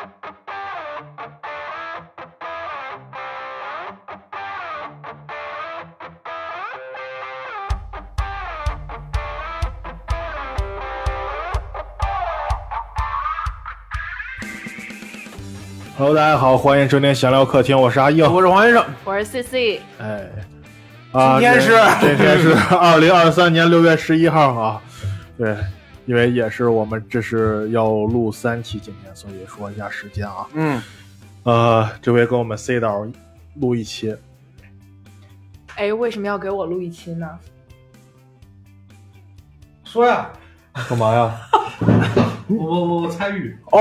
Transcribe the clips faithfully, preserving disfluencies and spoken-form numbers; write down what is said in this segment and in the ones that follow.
Hello， 大家好，欢迎收听闲聊客厅，我是阿硬， 我是黄先生， 我是 C C。 哎，啊， 今天是今天是二零二三年六月十一号啊，对，因为也是我们这是要录三期，今天所以说一下时间啊， 嗯， 呃，这回跟我们 C 导录一期， 哎，为什么要给我录一期呢？ 说呀， 干嘛呀？ 我我我参与哦。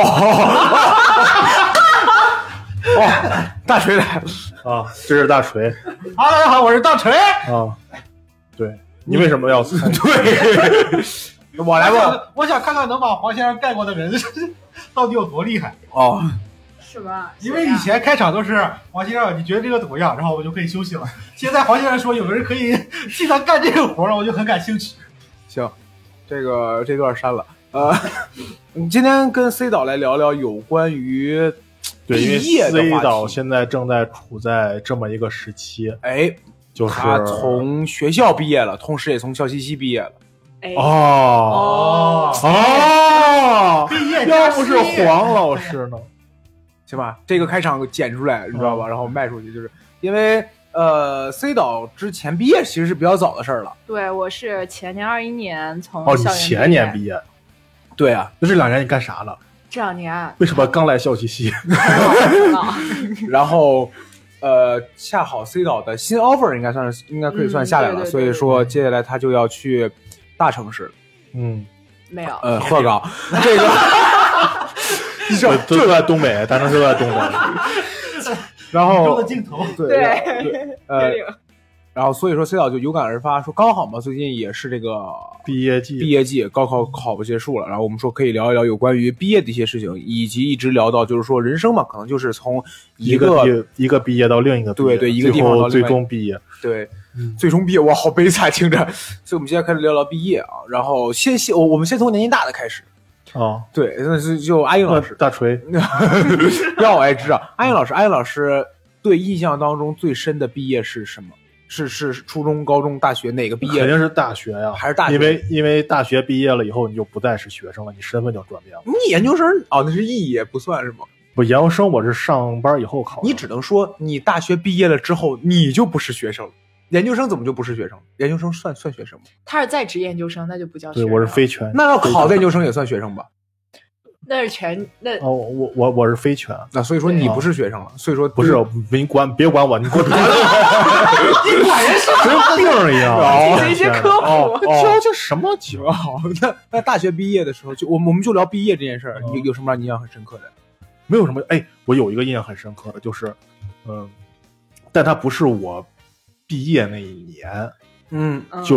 哦，大锤来了啊！这是大锤。 哈喽，大家好，我是大锤。 啊，对，你为什么要参与？ 对，我来吧。我想看看能把黄先生盖过的人到底有多厉害。哦， 是吧？ 因为以前开场都是黄先生，你觉得这个怎么样？然后我就可以休息了。现在黄先生说有人可以替他干这个活了，我就很感兴趣。行，这个这段删了。呃，今天跟 C 导来聊聊有关于。 对，因为 C 导现在正在处在这么一个时期， 哎， 就是他从学校毕业了，同时也从校西西毕业了。 哎， 哦哦哦， 毕业要不是黄老师呢， 行吧，这个开场剪出来，你知道吧？嗯、然后卖出去，就是因为呃 ，C 导之前毕业其实是比较早的事儿了。 对，我是前年二一年从哦，你前年毕业， 对啊， 那这两年你干啥了？ 这两年为什么刚来校西西？ 然后，呃，恰好 C 导的新 offer 应该算是应该可以算下来了，嗯、对对对对，所以说接下来他就要去大城市。 嗯， 没有， 呃，鹤岗这个， 就就在东北，大城市就在东北。然后镜头， 对对, 对，呃。然后所以说 C 导就有感而发，说刚好嘛，最近也是这个毕业季， 毕业季，高考考不结束了，然后我们说可以聊一聊有关于毕业的一些事情，以及一直聊到就是说人生嘛，可能就是从一个一个, 一个毕业到另一个毕业， 对对，一个地方到最终毕业， 对，嗯、最终毕业，哇，好悲惨，听着。所以我们今天开始聊聊毕业啊，然后先先我我们先从年纪大的开始。 哦， 对，那是就阿英老师， 大锤， 让我来知道，阿英老师，阿英老师对印象当中最深的毕业是什么？是是初中、高中、大学哪个毕业？ 肯定是大学呀， 还是大学？ 因为因为大学毕业了以后，你就不再是学生了，你身份就转变了。 你研究生哦，那是肄业不算是吗？ 不，研究生我是上班以后考的。 你只能说你大学毕业了之后，你就不是学生了。研究生怎么就不是学生？研究生算算学生吗？ 他是在职研究生，那就不叫学生。 对，我是非全。 那要考的研究生也算学生吧？ 那是全那哦，我我我是非全， 那所以说你不是学生了，所以说不是你管别管我，你给我管你管人是跟病一样， 这一些科普， 教这什么教？ 那那大学毕业的时候，就我们我们就聊毕业这件事儿，你有什么让你印象很深刻的？ 没有什么，哎，我有一个印象很深刻的，就是嗯，但它不是我毕业那一年， 嗯， 就是，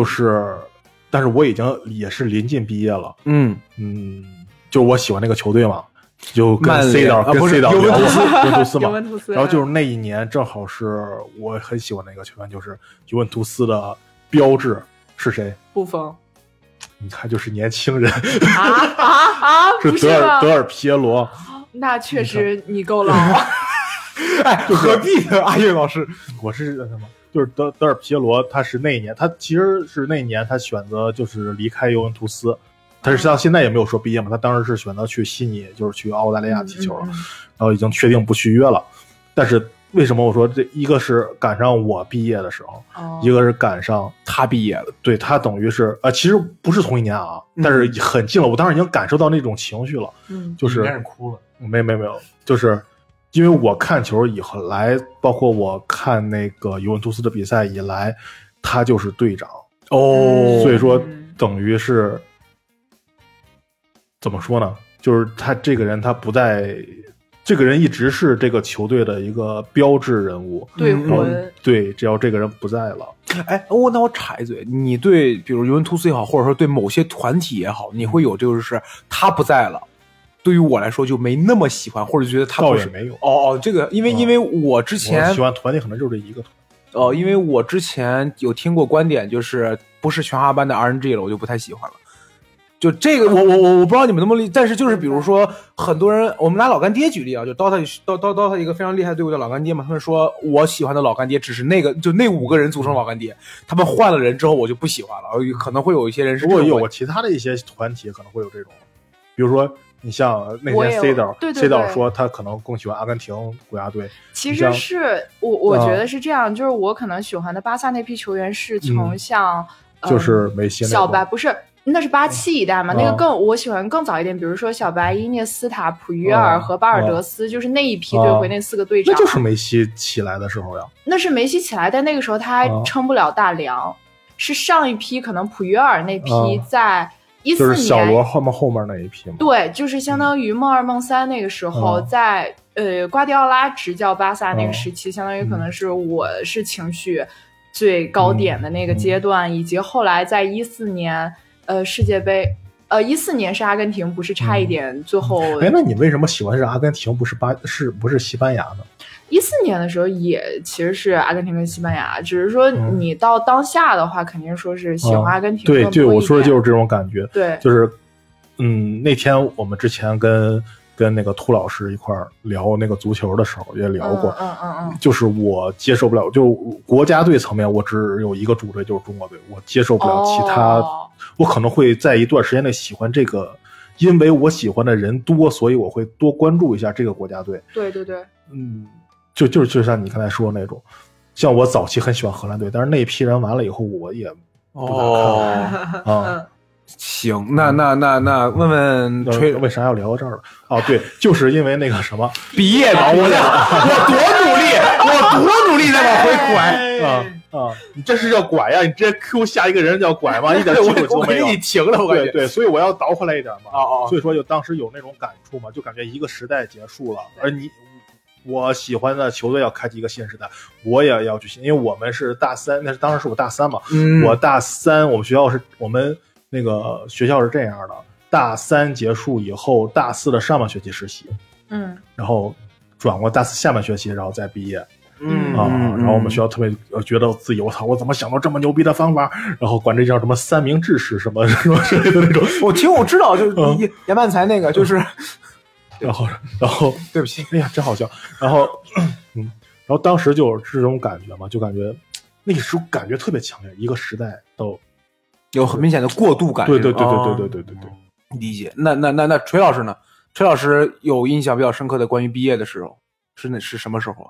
但是我已经也是临近毕业了， 嗯嗯。就我喜欢那个球队嘛，就跟 C 导跟 C 导尤文图斯， 尤文图斯嘛。 然后就是那一年正好是我很喜欢那个球员，就是尤文图斯的标志是谁？ 布冯。 你看，就是年轻人啊啊啊！ 是德尔德尔皮耶罗。 那确实你够老。 哎，何必呢？阿岳老师， 我是什么？就是德德尔皮耶罗，他是那一年，他其实是那一年他选择就是离开尤文图斯。但是到现在也没有说毕业嘛，他当时是选择去悉尼，就是去澳大利亚踢球了， 嗯嗯嗯、 然后已经确定不续约了。但是为什么我说这一个是赶上我毕业的时候， 哦、 一个是赶上他毕业了， 对他等于是呃，其实不是同一年啊， 嗯、 但是很近了。我当时已经感受到那种情绪了， 嗯， 就是开始哭了， 没没没有，就是因为我看球以后来，包括我看那个尤文图斯的比赛以来，他就是队长哦， 所以说等于是。怎么说呢？就是他这个人，他不在，这个人一直是这个球队的一个标志人物， 队魂。 对，只要这个人不在了， 哎，哦，那我插一嘴，你对比如尤文图斯也好，或者说对某些团体也好，你会有就是他不在了，对于我来说就没那么喜欢，或者觉得他不是倒也没有。 哦哦，这个因为、嗯、因为我之前我喜欢团体可能就是这一个团。 哦，因为我之前有听过观点，就是不是全华班的 R N G 了，我就不太喜欢了。 就这个我我我我不知道你们能不能理，但是就是比如说很多人，我们拿老干爹举例啊，就 Dota Dota Dota 一个非常厉害的队伍叫老干爹嘛，他们说我喜欢的老干爹只是那个就那五个人组成老干爹，他们换了人之后我就不喜欢了，可能会有一些人是如果有其他的一些团体可能会有这种，比如说你像那天 C 导 C 导说他可能更喜欢阿根廷国家队， 其实是我我觉得是这样、嗯、就是我可能喜欢的巴萨那批球员是从像、 嗯、就是梅西、嗯、 小白不是那是八七一代嘛、嗯、那个更我喜欢更早一点，比如说小白、伊涅斯塔、普约尔和巴尔德斯、嗯、就是那一批队回那四个队长、 嗯、那就是梅西起来的时候呀， 那是梅西起来，但那个时候他还撑不了大梁、嗯、是上一批可能普约尔那批在一四年、 就是小罗后面后面那一批嘛， 对，就是相当于梦二梦三那个时候、嗯、在呃瓜迪奥拉执教巴萨那个时期、嗯、相当于可能是我是情绪最高点的那个阶段、嗯、以及后来在一四年呃世界杯呃一四年是阿根廷不是差一点、嗯、最后哎，那你为什么喜欢是阿根廷不是巴是不是西班牙呢？ 一四年的时候也其实是阿根廷跟西班牙，只是说你到当下的话、嗯、肯定说是喜欢阿根廷更多一点、 嗯、对对，我说的就是这种感觉， 对， 就是嗯那天我们之前跟跟那个兔老师一块聊那个足球的时候也聊过， 嗯嗯嗯， 就是我接受不了，就国家队层面我只有一个主队就是中国队，我接受不了其他、哦、我可能会在一段时间内喜欢这个，因为我喜欢的人多，所以我会多关注一下这个国家队， 对对对， 嗯，就就是就像你刚才说的那种，像我早期很喜欢荷兰队，但是那一批人完了以后我也不咋看了、哦、啊。 行，那那那那问问吹为啥要聊到这儿了？哦，对，就是因为那个什么毕业了，我我多努力，我多努力在往回拐啊啊！你这是叫拐呀？你直接 Q 下一个人叫拐吗？一点机会都没有。 我给你停了，我感觉对对，所以我要倒回来一点嘛。 哦哦， 所以说就当时有那种感触嘛，就感觉一个时代结束了，而你我喜欢的球队要开启一个新时代，我也要去，因为我们是大三，那是当时是我大三嘛， 嗯， 我大三，我们学校是我们。那个学校是这样的，大三结束以后，大四的上半学期实习， 嗯， 然后转过大四下半学期，然后再毕业， 嗯啊，然后我们学校特别觉得自己，我操，我怎么想到这么牛逼的方法？然后管这叫什么三明治式什么什么之类的那种。 我听我知道，就是严严曼才那个，就是， 然后然后对不起， 哎呀，真好笑。然后嗯，然后当时就是这种感觉嘛，就感觉那个时候感觉特别强烈，一个时代都。 有很明显的过渡感， 对对对对对对对对对， 理解。那那那那锤老师呢？锤老师有印象比较深刻的关于毕业的时候，是那是什么时候？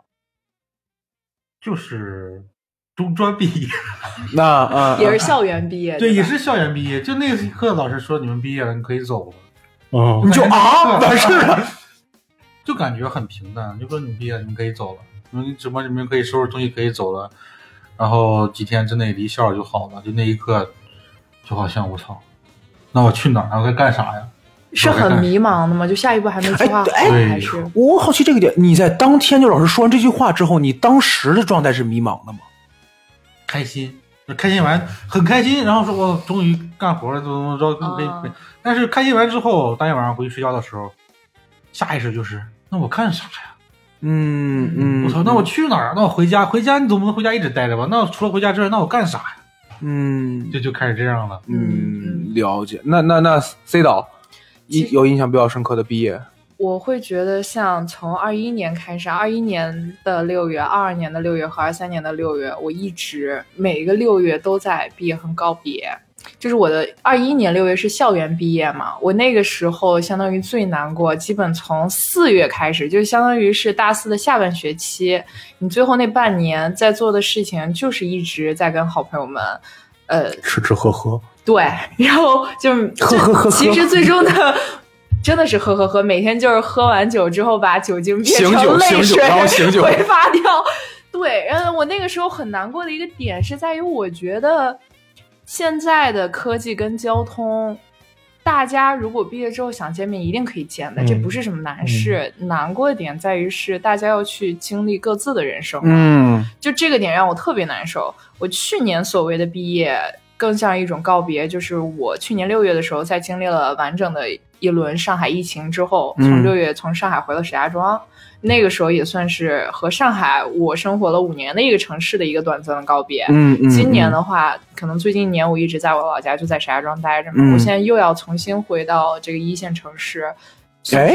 就是中专毕业， 那啊、呃、 也是校园毕业， 对，也是校园毕业。就那个课老师说你们毕业了，你可以走了。 哦， 你就啊，完事了， 就感觉很平淡，就说你们毕业了，你们可以走了，你们什么你们可以收拾东西可以走了，然后几天之内离校就好了。就那一刻。就好像我操，那我去哪儿？我该干啥呀？ 是很迷茫的吗？就下一步还没计划好， 哎还是？ 我好奇这个点，你在当天就老师说完这句话之后，你当时的状态是迷茫的吗？ 开心，开心完很开心，然后说我终于干活了，怎么怎么着？ 嗯、 但是开心完之后，当天晚上回去睡觉的时候，下意识就是那我干啥呀？ 嗯嗯， 我操，那我去哪儿？那我回家，回家你总不能回家一直待着吧？那除了回家之外，那我干啥呀？ 嗯， 就就开始这样了。 嗯，了解。那那那 C 导，有印象比较深刻的毕业， 我会觉得像从二一年开始，二一年的六月、二二年的六月和二三年的六月，我一直每一个六月都在毕业和告别。就是我的二一年六月是校园毕业嘛，我那个时候相当于最难过，基本从四月开始，就相当于是大四的下半学期，你最后那半年在做的事情就是一直在跟好朋友们呃吃吃喝喝， 对，然后就喝喝喝， 其实最终的真的是喝喝喝，每天就是喝完酒之后把酒精变成泪水挥发掉。对，嗯，我那个时候很难过的一个点是在于，我觉得现在的科技跟交通，大家如果毕业之后想见面，一定可以见的，嗯、这不是什么难事。嗯、难过的点在于是大家要去经历各自的人生， 嗯， 就这个点让我特别难受。我去年所谓的毕业，更像一种告别，就是我去年六月的时候，在经历了完整的一轮上海疫情之后，从六月从上海回了石家庄、嗯、那个时候也算是和上海我生活了五年的一个城市的一个短暂的告别。 嗯嗯。 今年的话，可能最近一年我一直在我老家，就在石家庄待着嘛、嗯、我现在又要重新回到这个一线城市。 哎，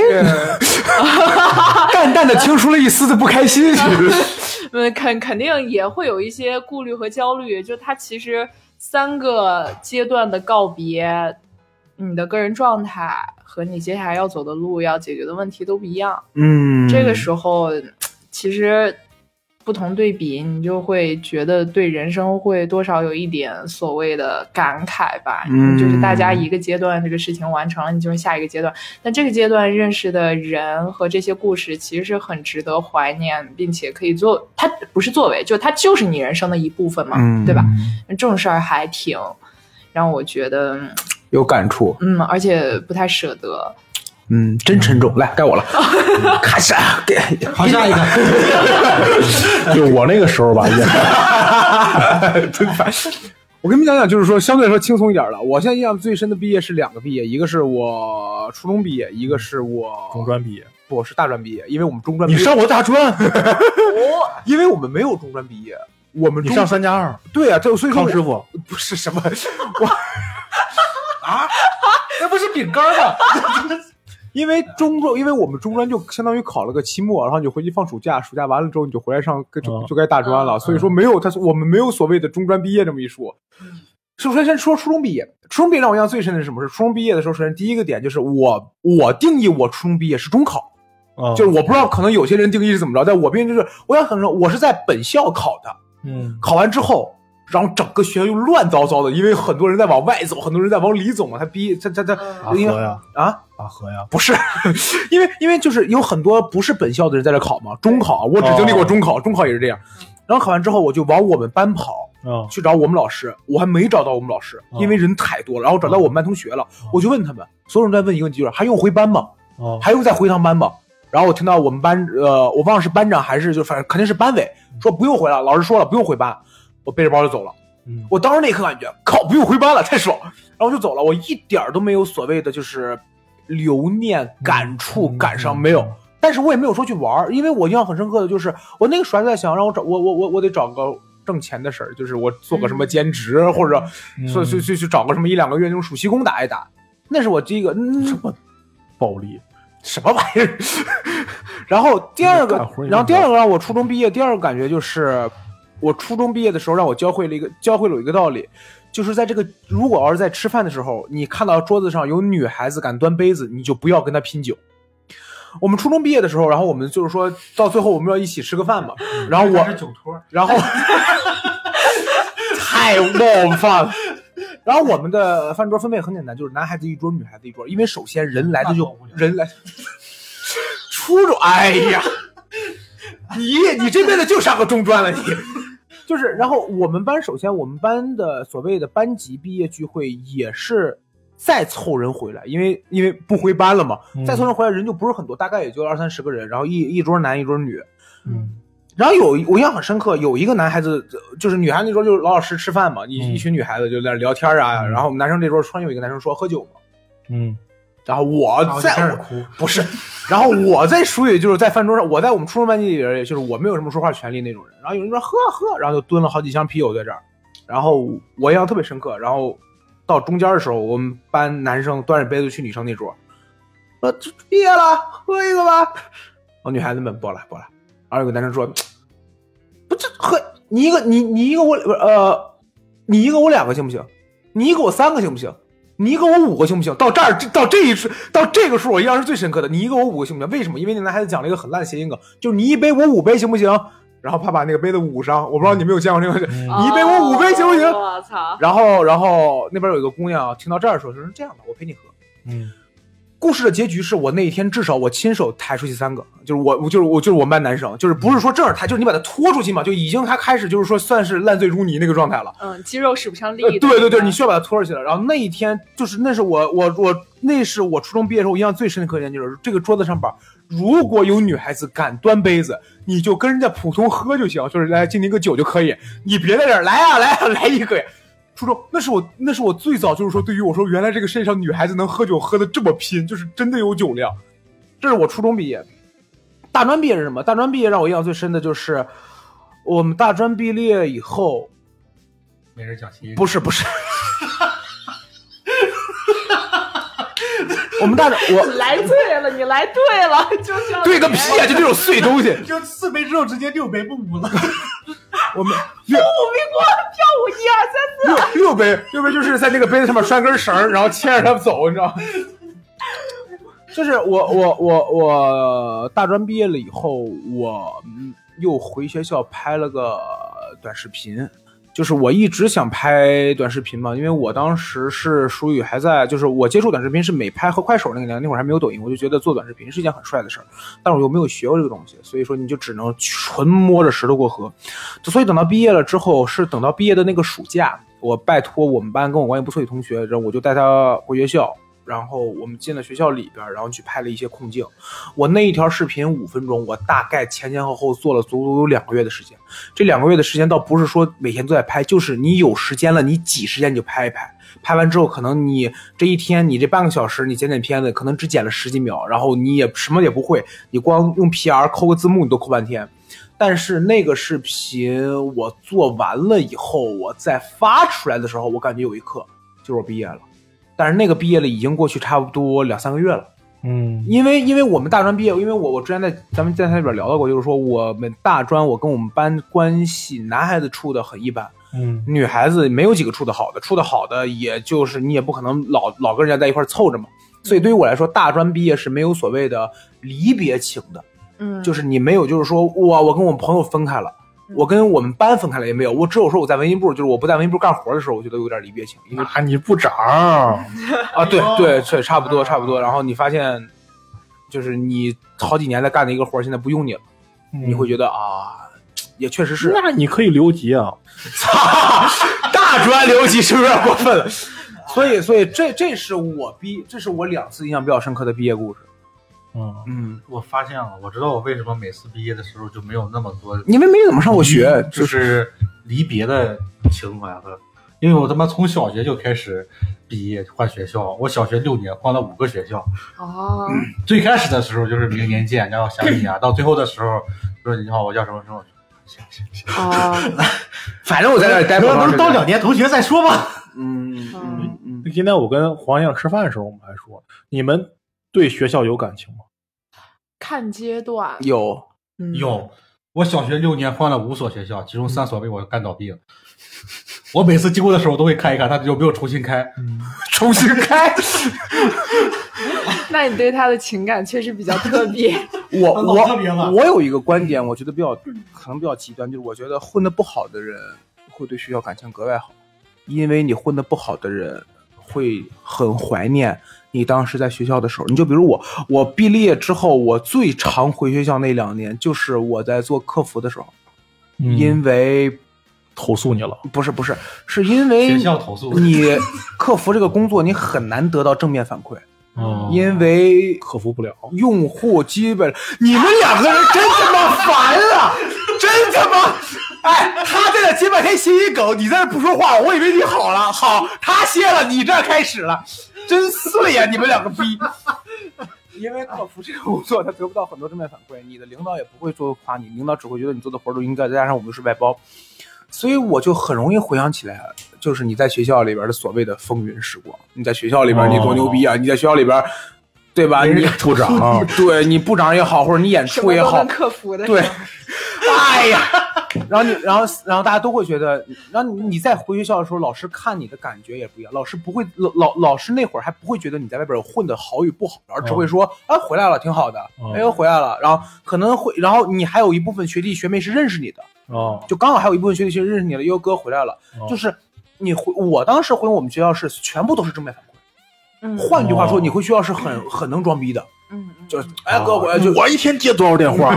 淡淡的听出了一丝的不开心。 嗯，肯肯定也会有一些顾虑和焦虑，就它其实三个阶段的告别，你的个人状态和你接下来要走的路、要解决的问题都不一样。 嗯， 这个时候其实不同对比，你就会觉得对人生会多少有一点所谓的感慨吧。嗯，就是大家一个阶段这个事情完成了，你就是下一个阶段。但这个阶段认识的人和这些故事其实是很值得怀念，并且可以做，它不是作为，就它就是你人生的一部分嘛，嗯、对吧？这种事儿还挺让我觉得有感触， 嗯，而且不太舍得。 嗯，真沉重。来，该我了。咔嚓，给好下一个。 就我那个时候吧，也真烦。我跟你们讲讲，就是说相对来说轻松一点的。我现在印象最深的毕业是两个毕业，一个是我初中毕业，一个是我中专毕业。 不是大专毕业，因为我们中专毕业。 你上我大专？ 因为我们没有中专毕业，我们你上三加二。 对啊，这所以说康师傅不是什么我啊，那不是饼干吗？因为中专，因为我们中专就相当于考了个期末，然后你就回去放暑假，暑假完了之后你就回来上就就该大专了，所以说没有他，我们没有所谓的中专毕业这么一说。首先先说初中毕业，初中毕业让我印象最深的是什么？是初中毕业的时候，首先第一个点就是我我定义我初中毕业是中考，嗯、就是我不知道可能有些人定义是怎么着，但我毕业就是我想很说我是在本校考的，嗯，考完之后。然后整个学校又乱糟糟的，因为很多人在往外走，很多人在往里走嘛。他逼他他他拔河呀啊拔河呀， 不是，因为因为就是有很多不是本校的人在这考嘛。中考我只经历过中考，哦、中考也是这样。然后考完之后，我就往我们班跑，哦、去找我们老师。我还没找到我们老师，哦、因为人太多了。然后找到我们班同学了，哦、我就问他们，所有人在问一个问题，就是还用回班吗？哦、还用再回趟班吗？然后我听到我们班呃，我忘了是班长还是就反正肯定是班委说不用回了，老师说了不用回班。我背着包就走了，嗯，我当时那一刻感觉靠，不用回班了，太爽，然后就走了。我一点都没有所谓的就是留念、感触、嗯、感伤，没有。但是我也没有说去玩，因为我印象很深刻的就是我那个时候在想，让我找我我我我得找个挣钱的事儿，就是我做个什么兼职，嗯、或者去去去去找个什么一两个月那种暑期工打一打。那是我第一个，嗯、 什么暴力， 什么玩意儿？然后第二个，然后第二个让我初中毕业，第二个感觉就是。我初中毕业的时候，让我教会了一个教会了我一个道理，就是在这个如果要是在吃饭的时候，你看到桌子上有女孩子敢端杯子，你就不要跟她拼酒。我们初中毕业的时候，然后我们就是说到最后我们要一起吃个饭嘛，然后我是酒托， 然后太冒犯了。然后我们的饭桌分配很简单，就是男孩子一桌，女孩子一桌，因为首先人来的就人来，初中，哎呀，你你这辈子就上个中专了你。就是，然后我们班首先我们班的所谓的班级毕业聚会也是再凑人回来，因为因为不回班了嘛，嗯、再凑人回来人就不是很多，大概也就二三十个人，然后一一桌男一桌女，嗯，然后有我印象很深刻，有一个男孩子就是女孩子那桌就是老老实吃饭嘛，一、嗯、一群女孩子就在那聊天啊，嗯、然后我们男生这桌突然有一个男生说喝酒嘛，嗯。然后我在我不是，然后我在属于就是在饭桌上，我在我们初中班级里边，就是我没有什么说话权利那种人。然后有人说喝喝，然后就蹲了好几箱啤酒在这儿，然后我印象特别深刻。然后到中间的时候，我们班男生端着杯子去女生那桌，说毕业了，喝一个吧。然后女孩子们不了不了，然后有个男生说，不这喝你一个你你一个我呃你一个我两个行不行？你一个我三个行不行？你一个我五个行不行？到这儿到这一到这个数，我印象是最深刻的。你一个我五个行不行？为什么？因为那男孩子讲了一个很烂的谐音梗，就是你一杯我五杯行不行？然后他把那个杯子捂上，我不知道你没有见过这个，嗯、你一杯我五杯行不行？ 我操！ 然后然后那边有一个姑娘听到这儿的时候说：“是这样的，我陪你喝。”嗯。故事的结局是我那一天至少我亲手抬出去三个，就是我就是我就是我们班男生，就是不是说正着抬，就是你把他拖出去嘛，就已经他开始就是说算是烂醉如泥那个状态了。 嗯，肌肉使不上力、 呃。对对对，你需要把他拖出去了。然后那一天就是那是我我我那是我初中毕业时候我印象最深刻的一点，就是这个桌子上边如果有女孩子敢端杯子，你就跟人家普通喝就行，就是来敬你个酒就可以，你别在这儿来啊来啊来一个呀。 初中那是我那是我最早就是说对于我说原来这个世界上女孩子能喝酒喝的这么拼，就是真的有酒量。这是我初中毕业。大专毕业是什么？大专毕业让我印象最深的就是我们大专毕业以后， 没人讲习， 不是不是。我们大专我来对了，你来对了，就是要对个屁啊！就这种碎东西， 就四杯之后直接六杯不舞了。 我们不民国跳舞一二三四， 六六杯六杯就是在那个杯子上面拴根绳，然后牵着它走，你知道吗？就是我我我我大专毕业了以后，我又回学校拍了个短视频。就是我一直想拍短视频嘛，因为我当时是属于还在，就是我接触短视频是美拍和快手那个年代，那会儿还没有抖音，我就觉得做短视频是一件很帅的事儿，但是我又没有学过这个东西，所以说你就只能纯摸着石头过河。所以等到毕业了之后，是等到毕业的那个暑假，我拜托我们班跟我关系不错的同学，然后我就带他回学校。然后我们进了学校里边，然后去拍了一些空镜。我那一条视频五分钟，我大概前前后后做了足足有两个月的时间。这两个月的时间倒不是说每天都在拍，就是你有时间了，你挤时间你就拍一拍。拍完之后，可能你这一天你这半个小时你剪剪片子，可能只剪了十几秒，然后你也什么也不会，你光用 P R 抠个字幕你都抠半天。但是那个视频我做完了以后，我再发出来的时候，我感觉有一刻就是我毕业了。但是那个毕业了已经过去差不多两三个月了， 嗯， 因为因为我们大专毕业，因为我我之前在咱们在台里边聊到过，就是说我们大专我跟我们班关系，男孩子处的很一般， 嗯， 女孩子没有几个处的好的，处的好的也就是你也不可能老老跟人家在一块凑着嘛，所以对于我来说，大专毕业是没有所谓的离别情的， 嗯， 就是你没有就是说哇我跟我朋友分开了。我跟我们班分开了也没有，我只有说我在文艺部，就是我不在文艺部干活的时候，我觉得有点离别情。 那你部长啊，对对对，差不多差不多。然后你发现，就是你好几年在干的一个活，现在不用你了， 嗯、 你会觉得啊，也确实是。 那你可以留级啊！ 大专留级是不是有点过分了？所以，所以这这是我毕，这是我两次印象比较深刻的毕业故事。 嗯嗯， 我发现了，我知道我为什么每次毕业的时候就没有那么多， 因为没怎么上过学， 就是离别的情怀和，因为我他妈从小学就开始毕业换学校，我小学六年换了五个学校。 哦、 嗯，最开始的时候就是明年见，然后想你啊，到最后的时候说你好，我叫什么什么。行行行啊， 反正我在这儿待不不是当两年同学再说吧。 嗯嗯嗯。 今天我跟黄先生吃饭的时候，我们还说，你们对学校有感情吗？ 看阶段有、 嗯、 有，我小学六年换了五所学校，其中三所被我干倒闭了。我每次经过的时候都会看一看他有没有重新开， 嗯、 重新开。 那你对他的情感确实比较特别。 我我我有一个观点，我觉得比较可能比较极端，就是我觉得混得不好的人会对学校感情格外好，因为你混得不好的人会很怀念你当时在学校的时候。你就比如我，我毕业之后，我最常回学校那两年，就是我在做客服的时候， 嗯、 因为投诉你了？ 不是不是，是因为学校投诉你客服这个工作，你很难得到正面反馈。 哦， 因为克服不了， 用户基本你们两个人真他妈烦啊！真他妈，哎，他在那接半天谐音梗，你在那不说话，我以为你好了，好，他歇了，你这开始了，真碎呀、啊！你们两个逼。因为客服这个工作，他得不到很多正面反馈，你的领导也不会说夸你，领导只会觉得你做的活都应该，再加上我们是外包，所以我就很容易回想起来，就是你在学校里边的所谓的风云时光。你在学校里边你多牛逼啊！哦、你在学校里边，对吧？你部长、啊， 对你部长也好，或者你演出也好， 客服的， 对，哎呀，然后你，然后，然后大家都会觉得，然后你你在回学校的时候，老师看你的感觉也不一样。老师不会，老老老师那会儿还不会觉得你在外边混的好与不好，而只会说、哦、啊回来了挺好的，哎呦回来了，然后可能会，然后你还有一部分学弟学妹是认识你的， 哦， 就刚好还有一部分学弟学妹认识你了，哟哥回来了， 哦、 就是你回，我当时回我们学校是全部都是正面反馈。 嗯， 换句话说，你回学校是很很能装逼的。 嗯， 就是哎哥，我就我一天接多少电话？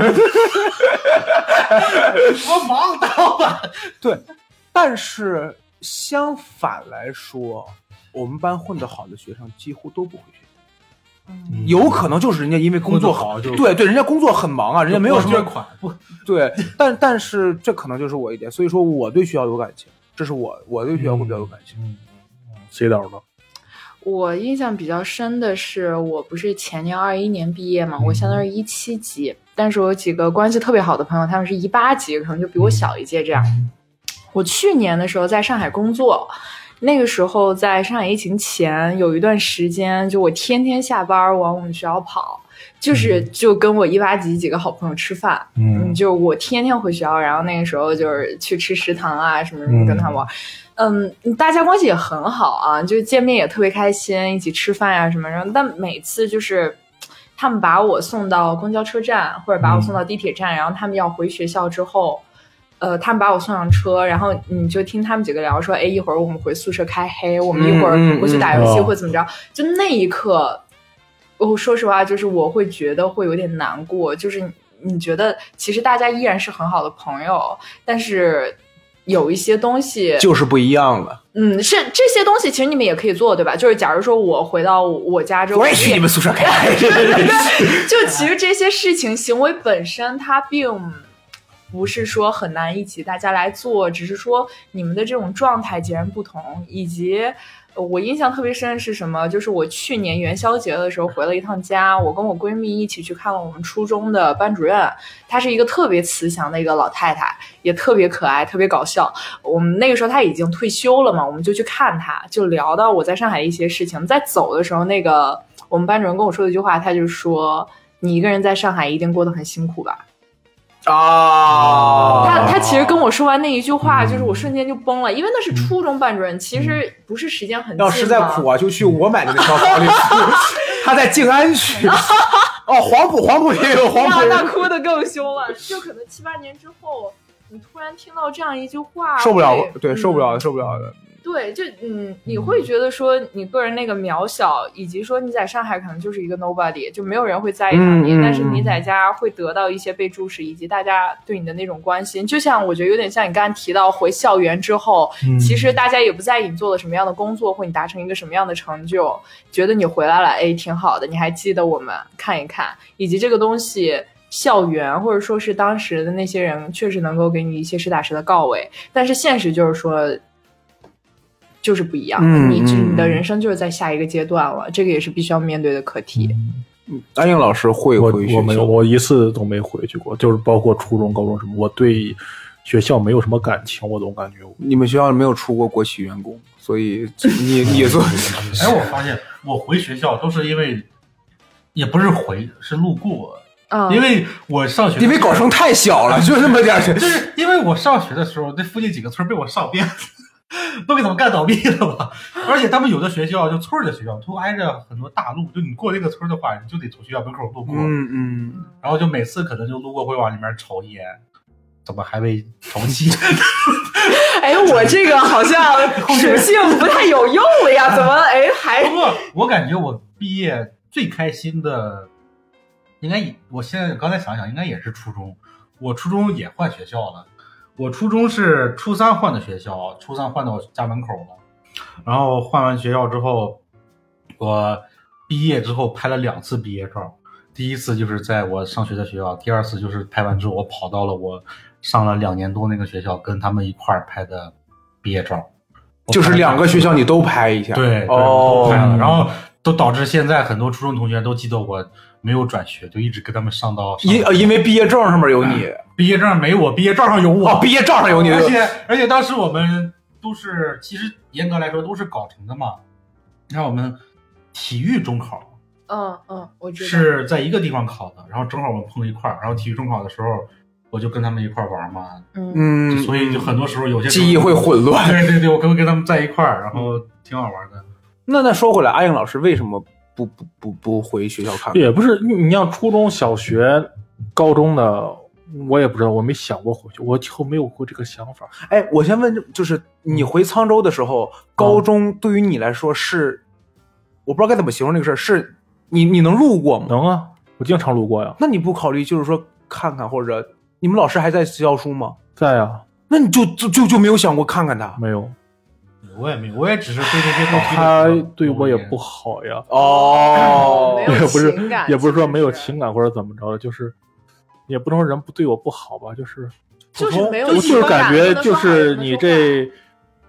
我忙到了。 对，但是相反来说，我们班混得好的学生几乎都不回学校。嗯，有可能就是人家因为工作好，对对，人家工作很忙啊，人家没有什么款不对，但但是这可能就是我一点，所以说我对学校有感情。 这是我我对学校会比较有感情。 嗯嗯，谁导的？ 我印象比较深的是，我不是前年二一年毕业嘛，我相当于一七级，但是我有几个关系特别好的朋友，他们是一八级，可能就比我小一届这样。我去年的时候在上海工作，那个时候在上海疫情前有一段时间，就我天天下班往我们学校跑，就是就跟我一八级几个好朋友吃饭，嗯，就我天天回学校，然后那个时候就是去吃食堂啊什么什么跟他玩。嗯，大家关系也很好啊，就见面也特别开心，一起吃饭呀、啊、什么。然后，但每次就是他们把我送到公交车站，或者把我送到地铁站，嗯、然后他们要回学校之后，呃，他们把我送上车，然后你就听他们几个聊说，哎，一会儿我们回宿舍开黑，我们一会儿回去打游戏或怎么着。嗯嗯、就那一刻，我说实话，就是我会觉得会有点难过，就是你觉得其实大家依然是很好的朋友，但是。有一些东西就是不一样了， 嗯，是这些东西其实你们也可以做，对吧？就是假如说我回到我家之后， 我也去你们宿舍开， 就其实这些事情行为本身它并不是说很难一起大家来做，只是说你们的这种状态截然不同，以及。我印象特别深是什么？就是我去年元宵节的时候回了一趟家，我跟我闺蜜一起去看了我们初中的班主任，她是一个特别慈祥的一个老太太，也特别可爱，特别搞笑。我们那个时候她已经退休了嘛，我们就去看她，就聊到我在上海的一些事情。在走的时候，那个我们班主任跟我说的一句话，他就说：“你一个人在上海一定过得很辛苦吧？” 啊， 他他其实跟我说完那一句话，就是我瞬间就崩了，因为那是初中班主任，其实不是时间很近。 要实在苦啊，就去我买的那套房里住。他在静安区。哦，黄埔黄埔也有黄埔。 那哭得更凶了，就可能七八年之后，你突然听到这样一句话， 受不了，对，受不了，受不了的。 对，就嗯，你会觉得说你个人那个渺小，以及说你在上海可能就是一个 nobody， 就没有人会在意你，嗯、但是你在家会得到一些被注视，以及大家对你的那种关心。就像我觉得有点像你刚才提到回校园之后，嗯、其实大家也不在意你做了什么样的工作，或你达成一个什么样的成就，觉得你回来了，哎，挺好的，你还记得我们，看一看，以及这个东西。校园或者说是当时的那些人确实能够给你一些实打实的告慰，但是现实就是说就是不一样，嗯、你你的人生就是在下一个阶段了，这个也是必须要面对的课题。 嗯、安英老师会回学校？ 我没有，我一次都没回去过，就是包括初中、高中什么，我对学校没有什么感情，我总感觉你们学校没有出过国企员工，所以你你做。 哎，我发现我回学校都是因为，也不是回，是路过。 嗯、 因为我上学， 因为搞成太小了，就那么点儿。 就是因为我上学的时候，那附近几个村被我上遍，都给他们干倒闭了吧。而且他们有的学校就村的学校，都挨着很多大路，就你过那个村的话，你就得从学校门口路过。 嗯嗯。 然后就每次可能就路过会往里面瞅一眼，怎么还未重启？ 哎，我这个好像属性不太有用了呀，怎么哎还？ 不过我感觉我毕业最开心的。应该也，我现在刚才想想，应该也是初中。我初中也换学校了，我初中是初三换的学校，初三换到家门口了。然后换完学校之后，我毕业之后拍了两次毕业照。第一次就是在我上学的学校，第二次就是拍完之后，我跑到了我上了两年多那个学校，跟他们一块儿拍的毕业照。 就是两个学校你都拍一下？ 对，对哦， 都拍了。然后都导致现在很多初中同学都记得我。没有转学，就一直跟他们上到因因为毕业证上面有你、嗯， 毕业证没我，毕业照上有我， 哦，毕业照上有你， 而且而且当时我们都是，其实严格来说都是搞成的嘛。你看我们体育中考， 嗯嗯，我知道是在一个地方考的，然后正好我们碰一块儿，然后体育中考的时候，我就跟他们一块儿玩嘛， 嗯， 所以就很多时候有些记忆会混乱， 对对对，我跟跟他们在一块儿，然后挺好玩的。 那那说回来，阿英老师为什么？不不不不回学校看， 也不是你像初中小学高中的我也不知道，我没想过回去，我以后没有过这个想法。 哎，我先问，就是你回沧州的时候、嗯、高中对于你来说是我不知道该怎么形容这个事儿，是你你能路过吗？ 能啊，我经常路过呀。 那你不考虑就是说看看，或者你们老师还在教书吗？ 在啊。 那你就就就就没有想过看看他？ 没有。 我也没有，我也只是对那些东西他对我也不好呀。 哦， 也不是也不是说没有情感或者怎么着，就是也不能说人不对我不好吧，就是就是没有， 我就是感觉就是你这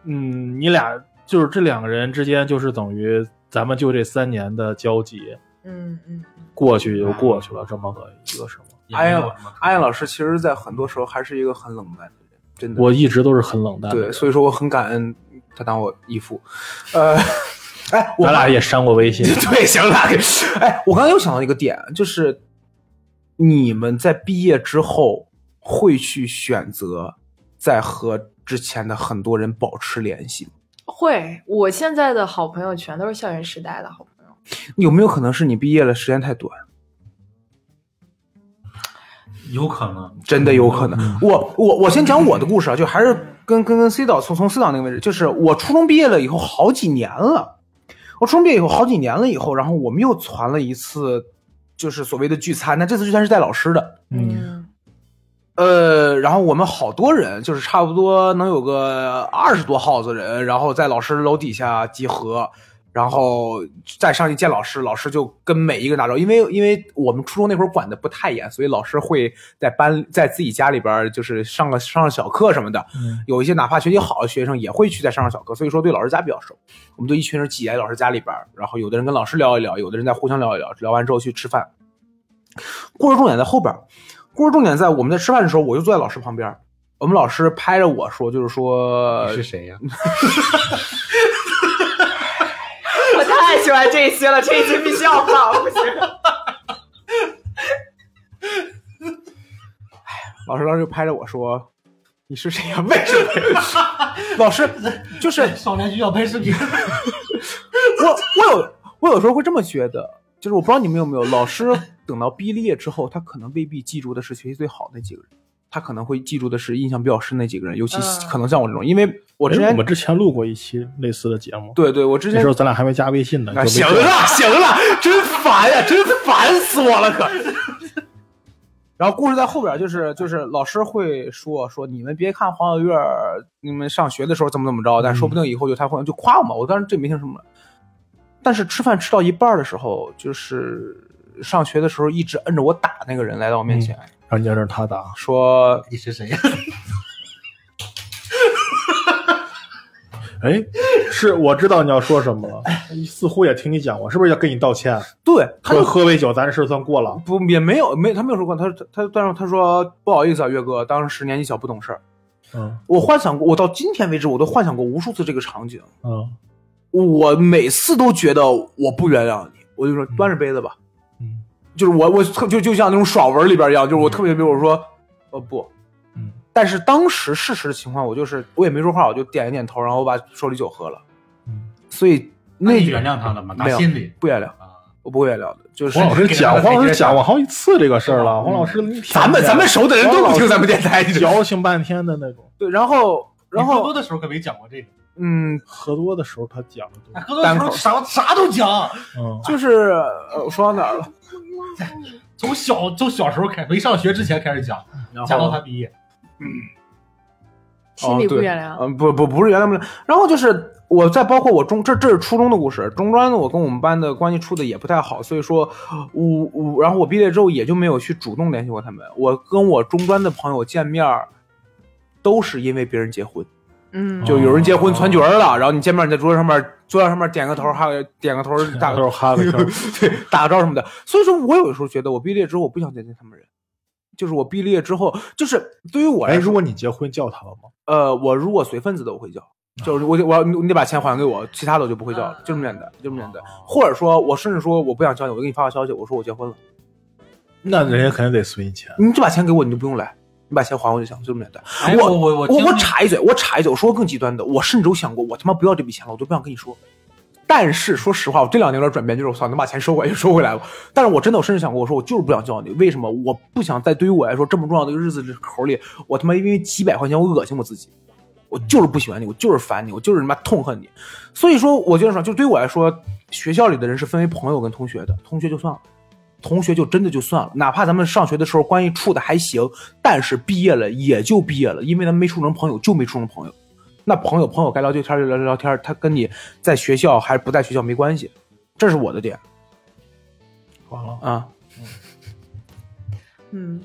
嗯，你俩就是这两个人之间，就是等于咱们就这三年的交集， 嗯嗯， 过去就过去了，这么个一个什么。 阿阳阿阳老师其实在很多时候还是一个很冷淡的人，真的。 我一直都是很冷淡的。 对，所以说我很感恩他当我义父。呃，哎， 咱俩也删过微信。 对，行了。哎，我刚刚又想到一个点，就是你们在毕业之后会去选择再和之前的很多人保持联系吗？ 会，我现在的好朋友全都是校园时代的好朋友。 有没有可能是你毕业了时间太短？ 有可能， 真的有可能。嗯、我我我先讲我的故事啊，就还是跟跟跟 C 导从从 C 导那个位置，就是我初中毕业了以后好几年了，我初中毕业以后好几年了以后，然后我们又传了一次，就是所谓的聚餐。那这次聚餐是带老师的， 嗯， 呃，然后我们好多人，就是差不多能有个二十多号子人，然后在老师楼底下集合。然后再上去见老师，老师就跟每一个人打招呼，因为因为我们初中那会儿管的不太严，所以老师会在班在自己家里边就是上个上个小课什么的，嗯、有一些哪怕学习好的学生也会去再上上小课，所以说对老师家比较熟。我们就一群人挤在老师家里边，然后有的人跟老师聊一聊，有的人在互相聊一聊，聊完之后去吃饭。故事重点在后边，故事重点在我们在吃饭的时候，我就坐在老师旁边，我们老师拍着我说，就是说你是谁呀？ 我太喜欢这一期了，这一期必须要放，不行。 老师当时就拍着我说：“你是谁呀？为什么？”老师就是少年学校拍视频。 我我有我有时候会这么觉得，就是我不知道你们有没有，老师等到毕业之后，他可能未必记住的是学习最好的那几个人。他可能会记住的是印象比较深那几个人，尤其可能像我这种，因为我之前我们之前录过一期类似的节目， 对对，我之前那时候咱俩还没加微信呢。 啊、行了行了，真烦呀，真烦死我了可。然后故事在后边，就是就是老师会说说你们别看黄小月你们上学的时候怎么怎么着，但说不定以后就他会就夸我嘛，我当时这没听什么。但是吃饭吃到一半的时候，就是上学的时候一直摁着我打那个人来到我面前。嗯， 然后你让他打， 说你是谁呀？ 哎，是我知道你要说什么了，似乎也听你讲过，是不是要跟你道歉？ 对，他就喝杯酒，咱这事算过了。 不，也没有，没，他没有说过，他他但是他说不好意思啊，岳哥，当时年纪小不懂事儿。 嗯， 我幻想过，我到今天为止，我都幻想过无数次这个场景。 嗯， 我每次都觉得我不原谅你，我就说端着杯子吧。 嗯。 就是我我就就像那种爽文里边一样，就是我特别比如说，呃不， 嗯， 但是当时事实的情况，我就是我也没说话，我就点一点头，然后我把手里酒喝了， 嗯， 所以那你原谅他了吗？打心里不原谅啊，我不会原谅的。就是黄老师讲，黄老师讲过好几次这个事儿了。黄老师， 咱们咱们熟的人都不听咱们电台， 矫情半天的那种。 对，然后然后喝多的时候可没讲过这个。 嗯， 喝多的时候他讲的多， 喝多的时候啥啥都讲。 嗯， 就是呃，我说到哪儿了？ 从小从小时候开，没上学之前开始讲，讲到他毕业。 嗯， 心里不原谅。 嗯、呃，不不不是原谅不了。然后就是我再包括我中这这是初中的故事，中专的我跟我们班的关系处的也不太好，所以说我我然后我毕业之后也就没有去主动联系过他们。我跟我中专的朋友见面，都是因为别人结婚。 嗯， 就有人结婚传角了，然后你见面你在桌子上面桌子上面点个头，还有点个头，打个头，哈个头， 对，打个招什么的。所以说我有时候觉得我毕业之后我不想见见他们人，就是我毕业之后，就是对于我来说， 如果你结婚叫他了吗？ 呃，我如果随份子的我会叫，就是我我要你得把钱还给我，其他的我就不会叫了，就这么简单，就这么简单。或者说我甚至说我不想叫你，我给你发个消息，我说我结婚了， 那人家肯定得随你钱， 你就把钱给我，你就不用来。你把钱还我就行，就这么简单。 哎、 我我我我我插一嘴，我插一嘴，我说更极端的，我甚至有想过，我他妈不要这笔钱了，我都不想跟你说。但是说实话，我这两年有点转变，就是我操，能把钱收回来就收回来了。但是我真的，我甚至想过，我说我就是不想叫你，为什么？我不想在对于我来说这么重要的一个日子口里，我他妈因为几百块钱我恶心我自己，我就是不喜欢你，我就是烦你，我就是他妈痛恨你。所以说，我觉得说，就对于我来说，学校里的人是分为朋友跟同学的，同学就算了。同学就真的就算了，哪怕咱们上学的时候关系处的还行，但是毕业了也就毕业了，因为咱没处成朋友就没处成朋友。那朋友朋友该聊天就聊聊天，他跟你在学校还是不在学校没关系，这是我的点。 完了啊， 嗯，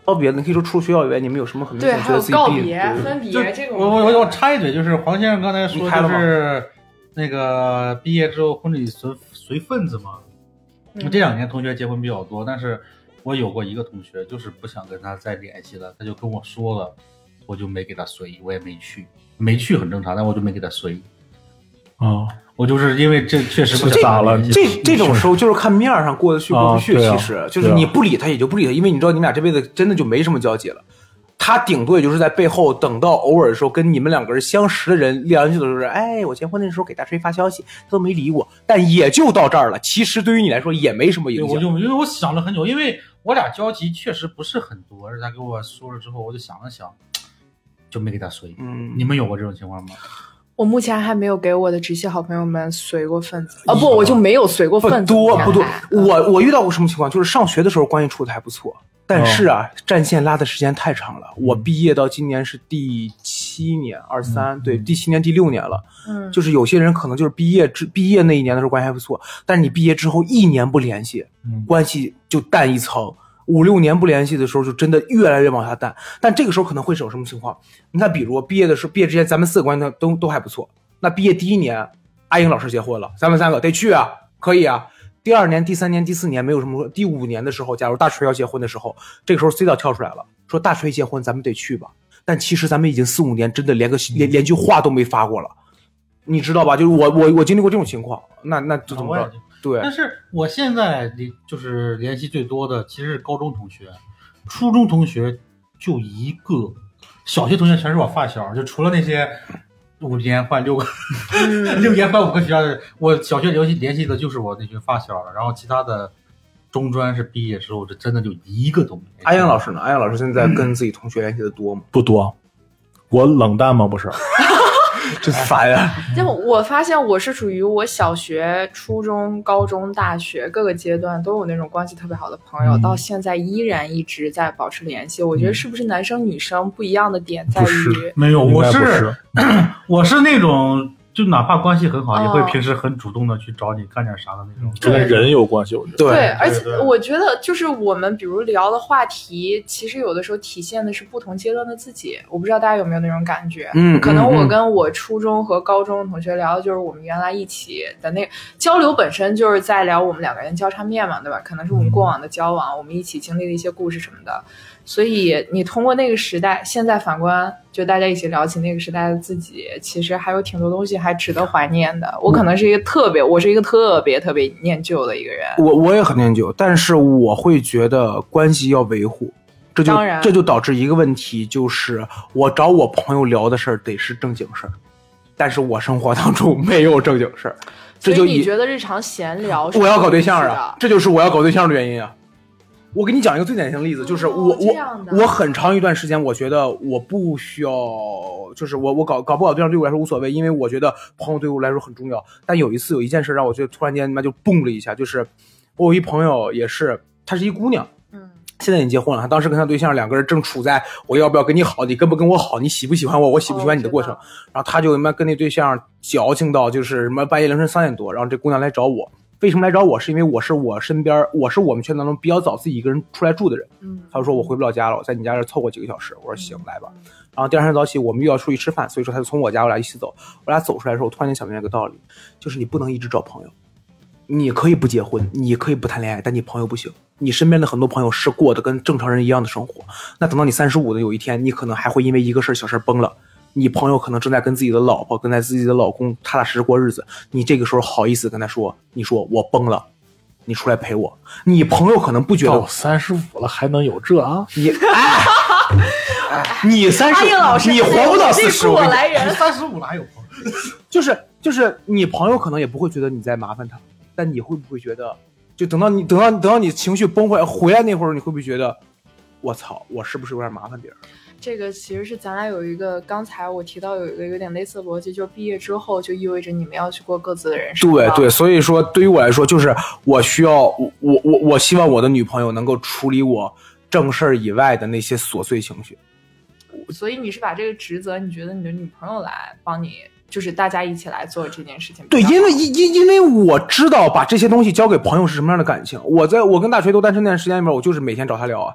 告别的，你可以说除了学校以外，你们有什么很明显觉得自己对，还有告别、分别这个。 我我我我插一嘴，就是黄先生刚才说就是那个毕业之后婚礼随随份子嘛。嗯、这两年同学结婚比较多，但是我有过一个同学，就是不想跟他再联系了，他就跟我说了，我就没给他随，我也没去，没去很正常，但我就没给他随。 哦， 我就是因为这确实不这咋了， 这这种时候就是看面上过得去过不去， 啊、 其实就是你不理他也就不理他，因为你知道你们俩这辈子真的就没什么交集了。他顶多也就是在背后等到偶尔的时候跟你们两个人相识的人聊去的时候，哎，我结婚的时候给大锤发消息，他都没理我，但也就到这儿了。其实对于你来说也没什么影响。 我就因为我想了很久，因为我俩交集确实不是很多，而他给我说了之后，我就想了想，就没给他随。 嗯， 你们有过这种情况吗？ 我目前还没有给我的直系好朋友们随过份子，啊不，我就没有随过份子。 不多不多，我我遇到过什么情况？就是上学的时候关系处的还不错，但是啊，哦、战线拉的时间太长了。我毕业到今年是第七年，二三、嗯、对，第七年第六年了。嗯，就是有些人可能就是毕业之毕业那一年的时候关系还不错，但是你毕业之后一年不联系，嗯、关系就淡一层。五六年不联系的时候，就真的越来越往下淡。但这个时候可能会是有什么情况？你看，比如毕业的时候，毕业之前咱们四个关系都都还不错。那毕业第一年，阿英老师结婚了，咱们三个得去啊，可以啊。第二年、第三年、第四年没有什么说。第五年的时候，假如大锤要结婚的时候，这个时候 C 导跳出来了，说大锤结婚，咱们得去吧。但其实咱们已经四五年，真的连个连连句话都没发过了，你知道吧？就是我我我经历过这种情况，那那就怎么着？对， 但是我现在就是联系最多的其实是高中同学，初中同学就一个，小学同学全是我发小，就除了那些五年换六个，六年换五个学校的，我小学联系联系的就是我那群发小了，然后其他的中专是毕业之后，这真的就一个都没。 阿阳老师呢？阿阳老师现在跟自己同学联系的多吗？ 不多，我冷淡吗？不是。 真烦呀！ 就我发现我是属于我小学、初中、高中、大学各个阶段都有那种关系特别好的朋友，嗯、到现在依然一直在保持联系。我觉得是不是男生女生不一样的点在于？ 没有，我是我是那种。就哪怕关系很好，哦、也会平时很主动的去找你干点啥的那种， 这跟人有关系，我觉得。 对，对而且我觉得就是我们比如聊的话题，其实有的时候体现的是不同阶段的自己。我不知道大家有没有那种感觉？嗯，可能我跟我初中和高中的同学聊的就是我们原来一起的那个交流，本身就是在聊我们两个人交叉面嘛，对吧？可能是我们过往的交往，嗯、我们一起经历的一些故事什么的。所以你通过那个时代，现在反观，就大家一起聊起那个时代的自己，其实还有挺多东西还值得怀念的。我可能是一个特别，我是一个特别特别念旧的一个人。 我我也很念旧，但是我会觉得关系要维护，这就当然这就导致一个问题，就是我找我朋友聊的事儿得是正经事儿，但是我生活当中没有正经事儿。这就所以你觉得日常闲聊是我要搞对象啊？这就是我要搞对象的原因啊。我给你讲一个最典型的例子，就是我、 哦、 我我很长一段时间，我觉得我不需要，就是我我搞搞不搞对象对我来说无所谓，因为我觉得朋友对我来说很重要。但有一次有一件事让我觉得突然间他妈就蹦了一下，就是我有一朋友也是，她是一姑娘，嗯，现在已经结婚了，她当时跟她对象两个人正处在我要不要跟你好，你跟不跟我好，你喜不喜欢我，我喜不喜欢你的过程。哦、然后她就他妈跟那对象矫情到就是什么半夜凌晨三点多，然后这姑娘来找我。为什么来找我？是因为我是我身边，我是我们圈当中比较早自己一个人出来住的人。嗯，他就说我回不了家了，我在你家这凑合几个小时。我说行，来吧。然后第二天早起我们又要出去吃饭，所以说他就从我家我俩一起走。我俩走出来的时候，我突然间想明白一个道理，就是你不能一直找朋友。你可以不结婚，你可以不谈恋爱，但你朋友不行。你身边的很多朋友是过的跟正常人一样的生活，那等到你三十五的有一天，你可能还会因为一个事小事崩了。你朋友可能正在跟自己的老婆跟在自己的老公踏踏实实过日子，你这个时候好意思跟他说，你说我崩了，你出来陪我。你朋友可能不觉得到三十五了还能有这啊？ 你哎，哎你三十，你活不到四十， 我来人， 三十五了还有朋友， 就是就是你朋友可能也不会觉得你在麻烦他，但你会不会觉得，就等到你等到等到你情绪崩溃回来那会儿，你会不会觉得，我操，我是不是有点麻烦别人？ 这个其实是咱俩有一个，刚才我提到有一个有点类似的逻辑，就是毕业之后就意味着你们要去过各自的人生。 对对，所以说对于我来说，就是我需要我我我我希望我的女朋友能够处理我正事以外的那些琐碎情绪。 所以你是把这个职责，你觉得你的女朋友来帮你，就是大家一起来做这件事情？ 对，因为因因为我知道把这些东西交给朋友是什么样的感情。我在我跟大锤都单身那段时间里面，我就是每天找他聊啊。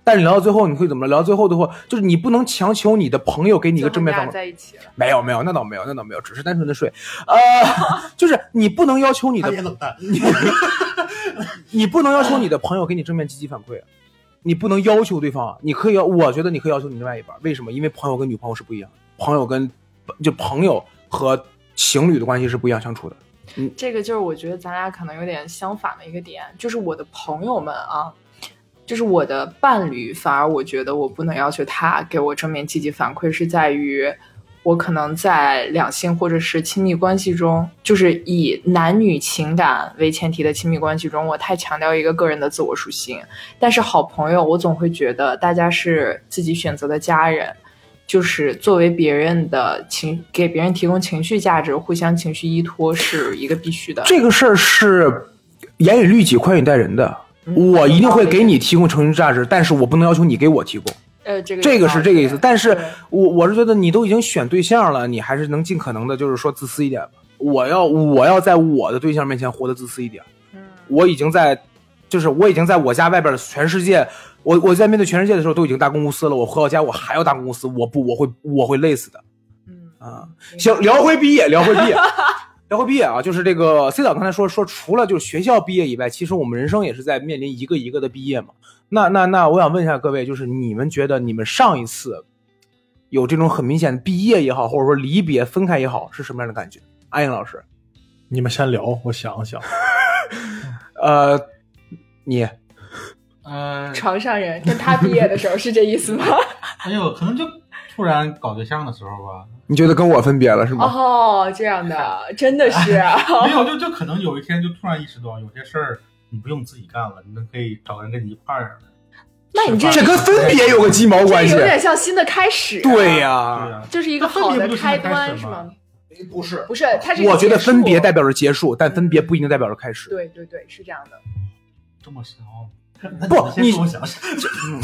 但是你聊到最后，你会怎么聊到最后的话，就是你不能强求你的朋友给你一个正面反馈。 在一起了？ 没有没有，那倒没有，那倒没有，只是单纯的睡。呃，就是你不能要求你的，你你不能要求你的朋友给你正面积极反馈，你不能要求对方。你可以要，我觉得你可以要求你另外一半。为什么？因为朋友跟女朋友是不一样的，朋友跟就朋友和情侣的关系是不一样相处的。 嗯，这个就是我觉得咱俩可能有点相反的一个点，就是我的朋友们啊，就是我的伴侣，反而我觉得我不能要求他给我正面积极反馈，是在于我可能在两性或者是亲密关系中，就是以男女情感为前提的亲密关系中，我太强调一个个人的自我属性。但是好朋友，我总会觉得大家是自己选择的家人，就是作为别人的情，给别人提供情绪价值，互相情绪依托是一个必须的。 这个事儿是严以律己，宽以待人的。嗯、我一定会给你提供情绪价值，但是我不能要求你给我提供。 呃，这个这个是这个意思。但是我我是觉得你都已经选对象了，你还是能尽可能的，就是说自私一点吧。我要我要在我的对象面前活得自私一点。嗯，我已经在，就是我已经在我家外边的全世界。我我在面对全世界的时候都已经大公无私了，我回到家我还要大公无私，我不我会我会累死的。嗯啊，行，聊回毕业，聊回毕业，聊回毕业啊，就是这个 C 导刚才说说，除了就是学校毕业以外，其实我们人生也是在面临一个一个的毕业嘛。那那那，我想问一下各位，就是你们觉得你们上一次有这种很明显的毕业也好，或者说离别分开也好，是什么样的感觉？阿英老师， 你们先聊，我想想。 呃，你。 呃， 床上人跟他毕业的时候是这意思吗？ 哎呦，可能就突然搞对象的时候吧。 你觉得跟我分别了是吗？ 哦，这样的，真的是、啊哎、没有，就就可能有一天就突然意识到，有些事儿你不用自己干了，你都可以找个人跟你一块儿。 那你这这跟分别有个鸡毛关系？ 有点像新的开始、啊。 对呀、啊， 就是一个好的开端，是吗？ 不是， 不是，它是。 我觉得分别代表着结束，但分别不一定代表着开始。 对对对，是这样的。 这么深奥。 不，你我想想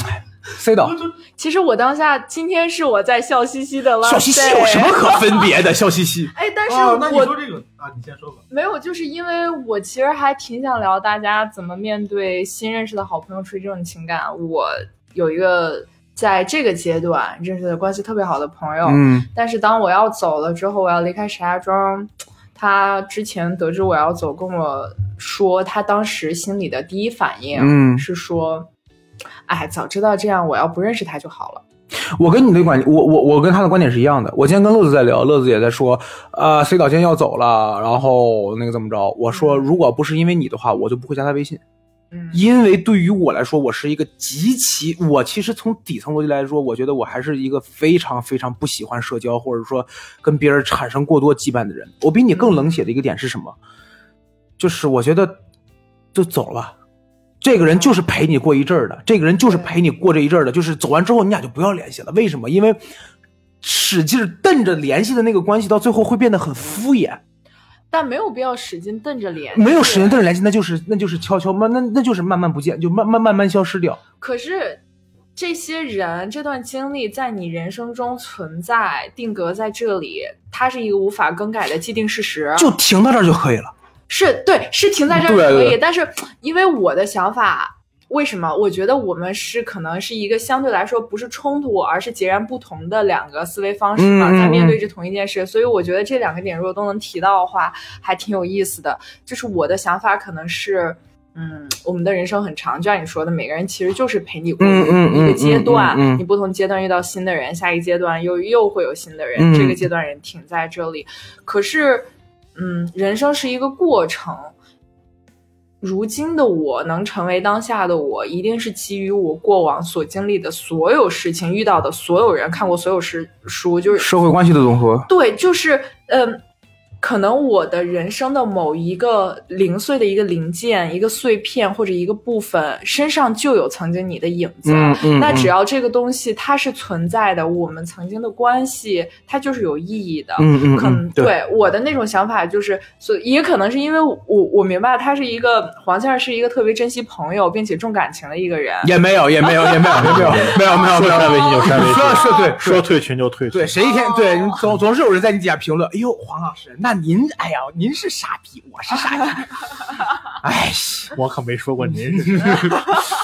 ，C 导， 其实我当下今天是我在笑嘻嘻的了， 笑嘻嘻有什么可分别的？笑嘻嘻。 哎，但是我、 哦、 那你说这个啊，你先说吧。 没有，就是因为我其实还挺想聊大家怎么面对新认识的好朋友出于这种情感。我有一个在这个阶段认识的关系特别好的朋友， 嗯， 但是当我要走了之后，我要离开石家庄，他之前得知我要走，跟我说他当时心里的第一反应嗯是说，哎，早知道这样，我要不认识他就好了。 我跟你的观点，我我我跟他的观点是一样的。我今天跟乐子在聊，乐子也在说，呃 ，C 导今天要走了，然后那个怎么着？我说，如果不是因为你的话，我就不会加他微信。 嗯， 因为对于我来说，我是一个极其，我其实从底层逻辑来说，我觉得我还是一个非常非常不喜欢社交，或者说跟别人产生过多羁绊的人。我比你更冷血的一个点是什么？就是我觉得就走了。这个人就是陪你过一阵儿的，这个人就是陪你过这一阵儿的，就是走完之后你俩就不要联系了。为什么？因为使劲瞪着联系的那个关系，到最后会变得很敷衍。 但没有必要使劲瞪着联系， 没有使劲瞪着联系，那就是那就是悄悄慢，那那就是慢慢不见，就慢慢慢慢消失掉。 可是这些人这段经历在你人生中存在，定格在这里，它是一个无法更改的既定事实， 就停到这儿就可以了。 是对，是停在这儿可以， 对对对， 但是因为我的想法，为什么？我觉得我们是可能是一个相对来说不是冲突，而是截然不同的两个思维方式嘛， 嗯、 在面对这同一件事，所以我觉得这两个点如果都能提到的话，还挺有意思的。就是我的想法可能是，嗯，我们的人生很长，就像你说的，每个人其实就是陪你过一个阶段， 嗯嗯嗯嗯、 你不同阶段遇到新的人，下一阶段又又会有新的人， 嗯、 这个阶段人停在这里，可是，嗯，人生是一个过程。如今的我能成为当下的我，一定是基于我过往所经历的所有事情，遇到的所有人，看过所有事书，就是社会关系的总和。 对，就是嗯、呃，可能我的人生的某一个零碎的一个零件、一个碎片或者一个部分身上就有曾经你的影子。 嗯嗯、 那只要这个东西它是存在的，我们曾经的关系它就是有意义的。 嗯嗯， 可能对, 对我的那种想法就是，所以也可能是因为我我明白他是一个黄先生是一个特别珍惜朋友并且重感情的一个人。 也没有也没有也没有也没有没有没有没有说删微信就删微信， 说对说退群就退群。 对，谁一天对总总是有人在你底下评论，哎呦黄老师，那您哎呀您是傻逼，我是傻逼。哎， 我可没说过您是。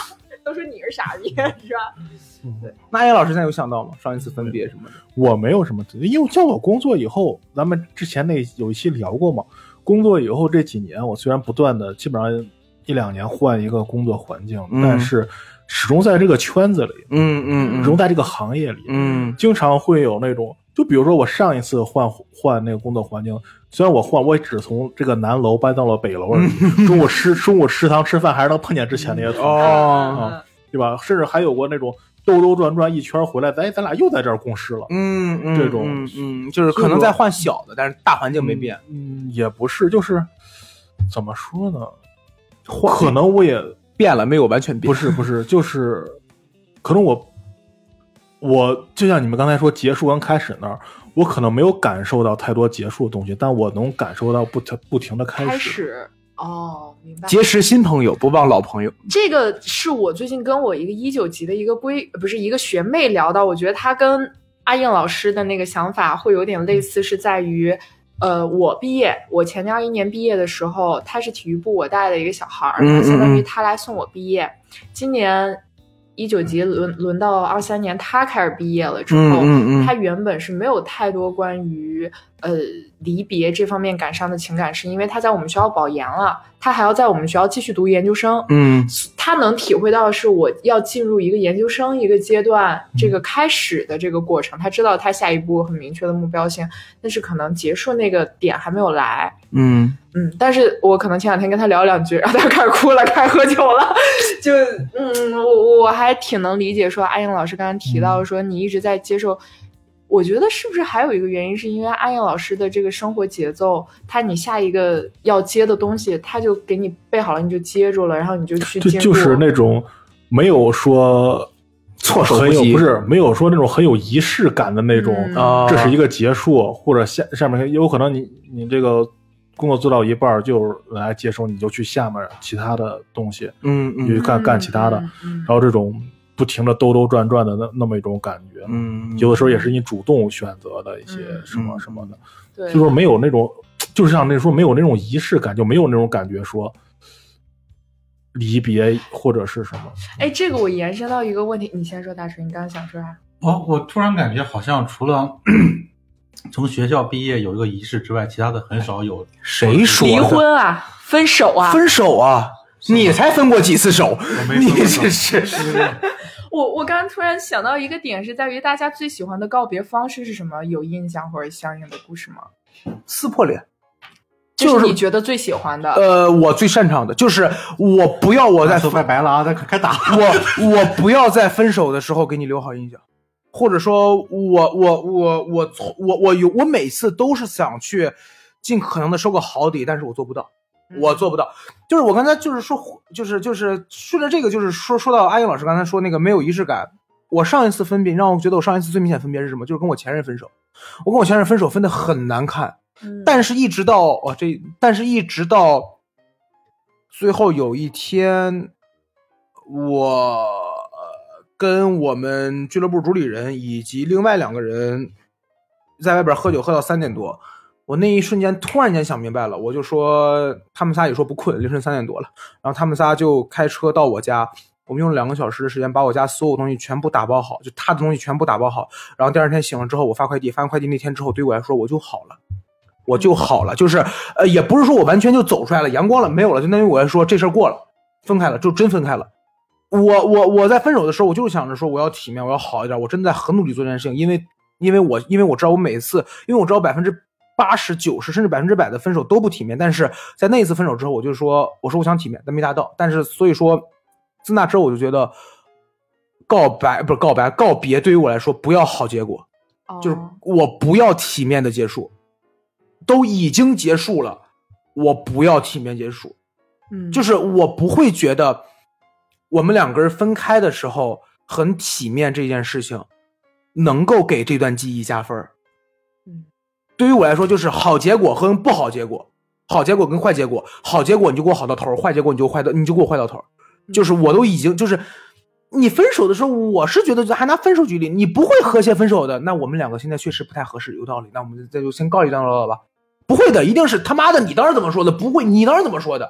都说你是傻逼，是吧？ 对。那安阳老师现在有想到吗？上一次分别什么的？ 我没有什么，因为像我工作以后，咱们之前那有一期聊过嘛。工作以后这几年，我虽然不断的，基本上一两年换一个工作环境，嗯、但是始终在这个圈子里， 嗯嗯， 始终在这个行业里， 嗯， 经常会有那种，就比如说我上一次换换那个工作环境，虽然我换，我也只从这个南楼搬到了北楼而已，嗯、中午吃中午食堂吃饭还是能碰见之前那些同事， 哦、 啊，对吧？甚至还有过那种。兜兜转转一圈回来，咱咱俩又在这儿共事了。 嗯嗯， 这种嗯嗯，就是可能在换小的，但是大环境没变。 嗯，也不是，就是怎么说呢？可能我也变了，没有完全变。 不是不是，就是可能我我就像你们刚才说结束跟开始那儿，我可能没有感受到太多结束的东西，但我能感受到不停不停的开始。 开始。哦，明白。 结识新朋友，不忘老朋友。 这个是我最近跟我一个一九级的一个闺，不是一个学妹聊到，我觉得她跟阿应老师的那个想法会有点类似，是在于，呃，我毕业，我前年二一年毕业的时候，他是体育部我带的一个小孩儿， 嗯、 相当于他来送我毕业。今年一九级轮轮到二三年，他开始毕业了之后， 嗯嗯嗯、 他原本是没有太多关于呃离别这方面感伤的情感，是因为他在我们学校保研了，他还要在我们学校继续读研究生。 嗯， 他能体会到是我要进入一个研究生一个阶段，这个开始的这个过程，他知道他下一步很明确的目标性，但是可能结束那个点还没有来。 嗯嗯，但是我可能前两天跟他聊两句，然后他开始哭了，开始喝酒了，就嗯，我我还挺能理解说阿英老师刚刚提到说你一直在接受。我觉得是不是还有一个原因，是因为阿英老师的这个生活节奏，他你下一个要接的东西，他就给你备好了，你就接住了，然后你就去经过。 就是那种没有说措手不及， 不是没有说那种很有仪式感的那种， 嗯、 这是一个结束，或者下下面有可能你你这个工作做到一半就来接手，你就去下面其他的东西， 嗯嗯， 你就干干其他的， 嗯嗯、 然后这种。不停的兜兜转转的那那么一种感觉， 嗯， 有的时候也是你主动选择的一些什么什么的， 对、嗯， 就是没有那种，就是像那说没有那种仪式感，就没有那种感觉说离别或者是什么。 哎，这个我延伸到一个问题，你先说，大锤，你刚刚想说啥？ 哦，我突然感觉好像除了从学校毕业有一个仪式之外，其他的很少有。 谁说的？ 离婚啊，分手啊， 分手啊。你才分过几次手？ 我没分过手。 你这是我我刚刚突然想到一个点，是在于大家最喜欢的告别方式是什么？有印象或者相应的故事吗？ 撕破脸， 就是你觉得最喜欢的。 呃，我最擅长的就是我不要我在说拜拜了啊，再开打。 我我不要在分手的时候给你留好印象，或者说我我我我我我有我每次都是想去尽可能的收个好底，但是我做不到。我做不到，就是我刚才就是说，就是就是顺着这个，就是说说到阿英老师刚才说那个没有仪式感。我上一次分别让我觉得我上一次最明显分别是什么？就是跟我前任分手。我跟我前任分手分得很难看， 嗯、 但是一直到哦这，但是一直到最后有一天，我跟我们俱乐部主理人以及另外两个人在外边喝酒，喝到三点多。我那一瞬间突然间想明白了，我就说他们仨也说不困，凌晨三点多了，然后他们仨就开车到我家，我们用了两个小时的时间把我家所有东西全部打包好，就他的东西全部打包好，然后第二天醒了之后我发快递，发完快递那天之后对我来说我就好了，我就好了，就是呃也不是说我完全就走出来了，阳光了没有了，就等于我来说这事儿过了，分开了，就真分开了。我我我在分手的时候我就想着说我要体面，我要好一点，我真的在很努力做这件事情，因为因为我因为我知道我每次因为我知道百分之八十九十甚至百分之百的分手都不体面，但是在那一次分手之后我就说我说我想体面但没达到，但是所以说自那之后我就觉得告白不是告白告别对于我来说不要好结果、哦、就是我不要体面的结束，都已经结束了我不要体面结束， 嗯， 就是我不会觉得我们两个人分开的时候很体面这件事情能够给这段记忆加分。 嗯， 对于我来说就是好结果和不好结果，好结果跟坏结果，好结果你就给我好到头，坏结果你就坏到你就给我坏到头，就是我都已经就是你分手的时候我是觉得还拿分手举例，你不会和谐分手的，那我们两个现在确实不太合适，有道理，那我们再就先告一段落吧。不会的，一定是他妈的你当时怎么说的，不会你当时怎么说的，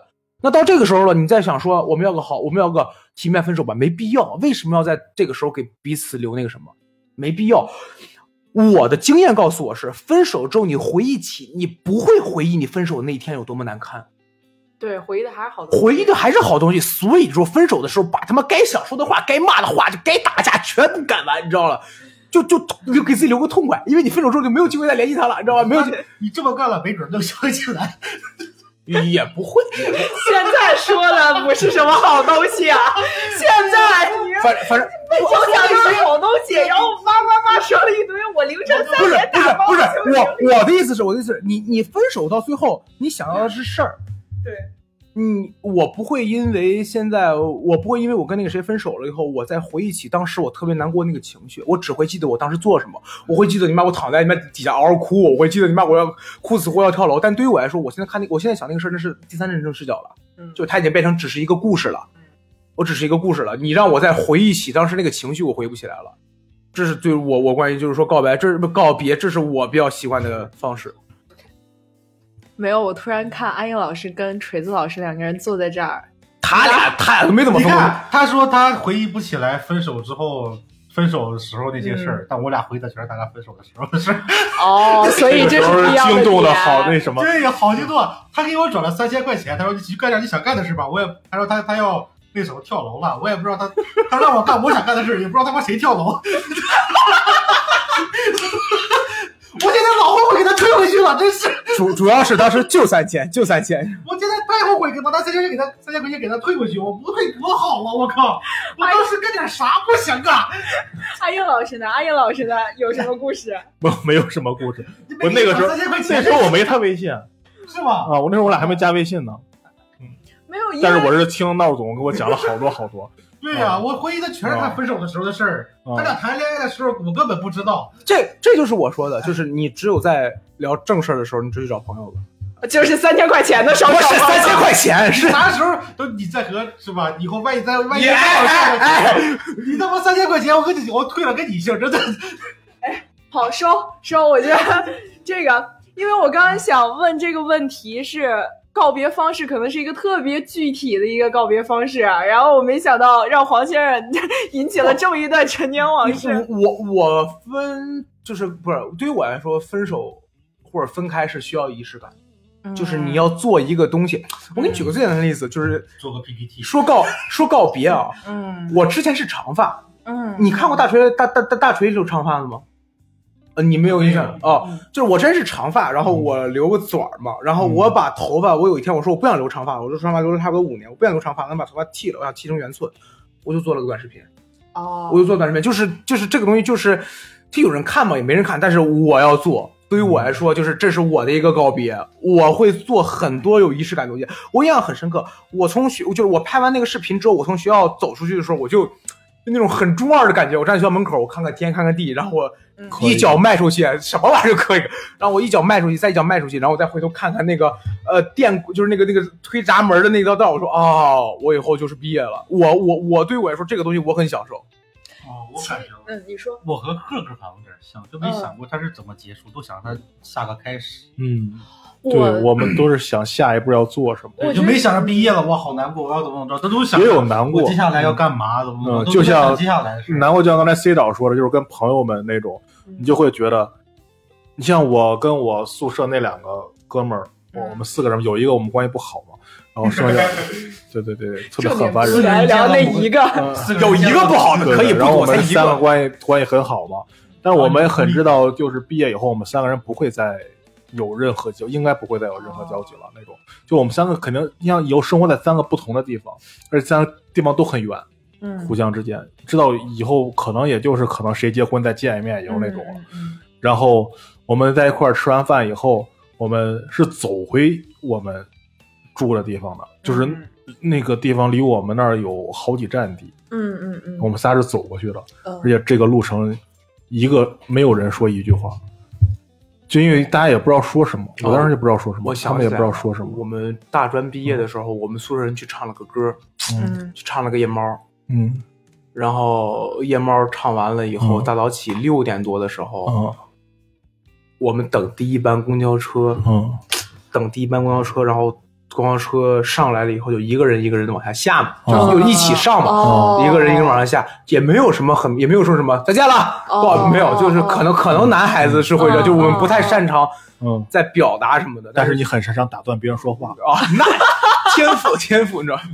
那到这个时候了，你再想说我们要个好，我们要个体面分手吧，没必要。为什么要在这个时候给彼此留那个什么？没必要。我的经验告诉我是，分手之后你回忆起，你不会回忆你分手的那一天有多么难堪。 对，回忆的还是好东西， 回忆的还是好东西。所以说分手的时候，把他妈该想说的话、该骂的话、就该打架全部干完，你知道了？就就就给自己留个痛快，因为你分手之后就没有机会再联系他了，你知道吧？没有， 你这么干了，没准能想起来。也不会。 现在说的不是什么好东西啊！现在你反反正就想的是好东西，然后叭叭叭说了一堆，我凌晨三点打包。 不是不是我我的意思是，我的意思是你你分手到最后，你想要的是事儿。 对。 嗯，我不会因为现在我不会因为我跟那个谁分手了以后，我再回忆起当时我特别难过那个情绪，我只会记得我当时做什么，我会记得你妈我躺在你妈底下嗷嗷哭，我会记得你妈我要哭死活要跳楼。但对于我来说，我现在看那我现在想那个事儿，那是第三人称视角了，嗯，就它已经变成只是一个故事了，我只是一个故事了。你让我再回忆起当时那个情绪，我回不起来了。这是对我我关于就是说告白，这是告别，这是我比较习惯的方式。 没有，我突然看安英老师跟锤子老师两个人坐在这儿， 他俩他俩都没怎么分过。 他说他回忆不起来分手之后分手的时候那些事儿、嗯，但我俩回忆的全是大家分手的时候的事儿。 哦，所以这是必要的。 惊动的好那什么？ 对，好惊动！他给我转了三千块钱，他说你去干点你想干的事吧。我也他说他他要那什么跳楼了，我也不知道他他让我干我想干的事，也不知道他妈谁跳楼。我现在老后悔给他退回去了，真是。 主主要是当时就三千，就三千。 我现在太后悔，给把他三千给他三千块钱给他退回去，我不退多好啊！我靠，我当时干点啥不想干。 阿英老师呢？阿英老师呢？有什么故事？ 不，没有什么故事。我那个时候，那时候我没他微信， 是吗？ 啊，我那时候我俩还没加微信呢。 嗯，没有。 但是我是听闹总给我讲了好多好多。 对呀、啊嗯，我回忆的全是他分手的时候的事儿、嗯。他俩谈恋爱的时候，我根本不知道。 这这就是我说的，就是你只有在聊正事儿的时候，你只去找朋友了。 就是三千块钱的时候， 不是三千块钱，是啥时候都你在和是吧？以后万一在万一哎哎哎， 你他妈三千块钱，我跟你我退了跟你姓，真的。 哎，好收收，我觉得这个，因为我刚刚想问这个问题是。告别方式可能是一个特别具体的一个告别方式啊，然后我没想到让黄先生引起了这么一段陈年往事。 我我分就是不是对于我来说，分手或者分开是需要仪式感、嗯，就是你要做一个东西。我给你举个最简单的例子，就是做个 P P T， 说告说告别啊。 嗯， 我之前是长发， 嗯， 你看过大锤大大大大锤留长发的吗？呃，你没有印象哦、嗯，就是我真是长发，然后我留个卷嘛，然后我把头发，我有一天我说我不想留长发，我留长发留了差不多五年，我不想留长发，能把头发剃了，我想剃成圆寸，我就做了个短视频， 哦， 我就做短视频，就是就是这个东西就是，就有人看嘛，也没人看，但是我要做，对于我来说，就是这是我的一个告别，我会做很多有仪式感的东西，我印象很深刻，我从学就是我拍完那个视频之后，我从学校走出去的时候，我就。就那种很中二的感觉，我站在学校门口，我看看天，看看地，然后我一脚迈出去，什么玩意儿就可以，然后我一脚迈出去，再一脚迈出去，然后我再回头看看那个呃电，就是那个那个推闸门的那条道，我说哦，我以后就是毕业了。我我我对我来说，这个东西我很享受。 哦，我感觉， 嗯，你说， 我和赫哥好像有点像，就没想过他是怎么结束，嗯、都想他下个开始。 嗯。对，我们都是想下一步要做什么， 我就没想着毕业了，我好难过，我要怎么怎么着，他都想也有难过， 我接下来要干嘛，怎么怎么， 就像接下来的事。 难过就像刚才 C 导说的，就是跟朋友们那种，你就会觉得，你像我跟我宿舍那两个哥们儿，我们四个人有一个我们关系不好嘛，然后剩下，对对对，特别很烦人。 来聊那一个， 有一个不好的可以， 然后我们三个关系关系很好嘛，但我们很知道，就是毕业以后我们三个人不会再。有任何交，应该不会再有任何交集了。那种，就我们三个肯定，你像以后生活在三个不同的地方，而且三个地方都很远， 嗯， 互相之间知道以后可能也就是可能谁结婚再见一面，也就那种了。 嗯嗯、 然后我们在一块儿吃完饭以后，我们是走回我们住的地方的，就是那个地方离我们那儿有好几站地。 嗯嗯嗯， 我们仨是走过去的， 嗯、 而且这个路程一个没有人说一句话。就因为大家也不知道说什么，我当时就不知道说什么， 我他们也不知道说什么。 我们大专毕业的时候，嗯、我们宿舍人去唱了个歌， 嗯， 去唱了个夜猫， 嗯， 然后夜猫唱完了以后， 嗯、 大早起六点多的时候， 嗯， 我们等第一班公交车， 嗯， 等第一班公交车，然后公交车上来了以后，就一个人一个人的往下下嘛， 哦、 就一起上嘛、 哦， 一个人一个人往下下，也没有什么很，也没有说什么再见了， 哦、 不，没有，就是可能、哦、可能男孩子是会这、哦，就我们不太擅长嗯在表达什么的， 但是你很擅长打断别人说话啊，那天赋天赋，你知道吗？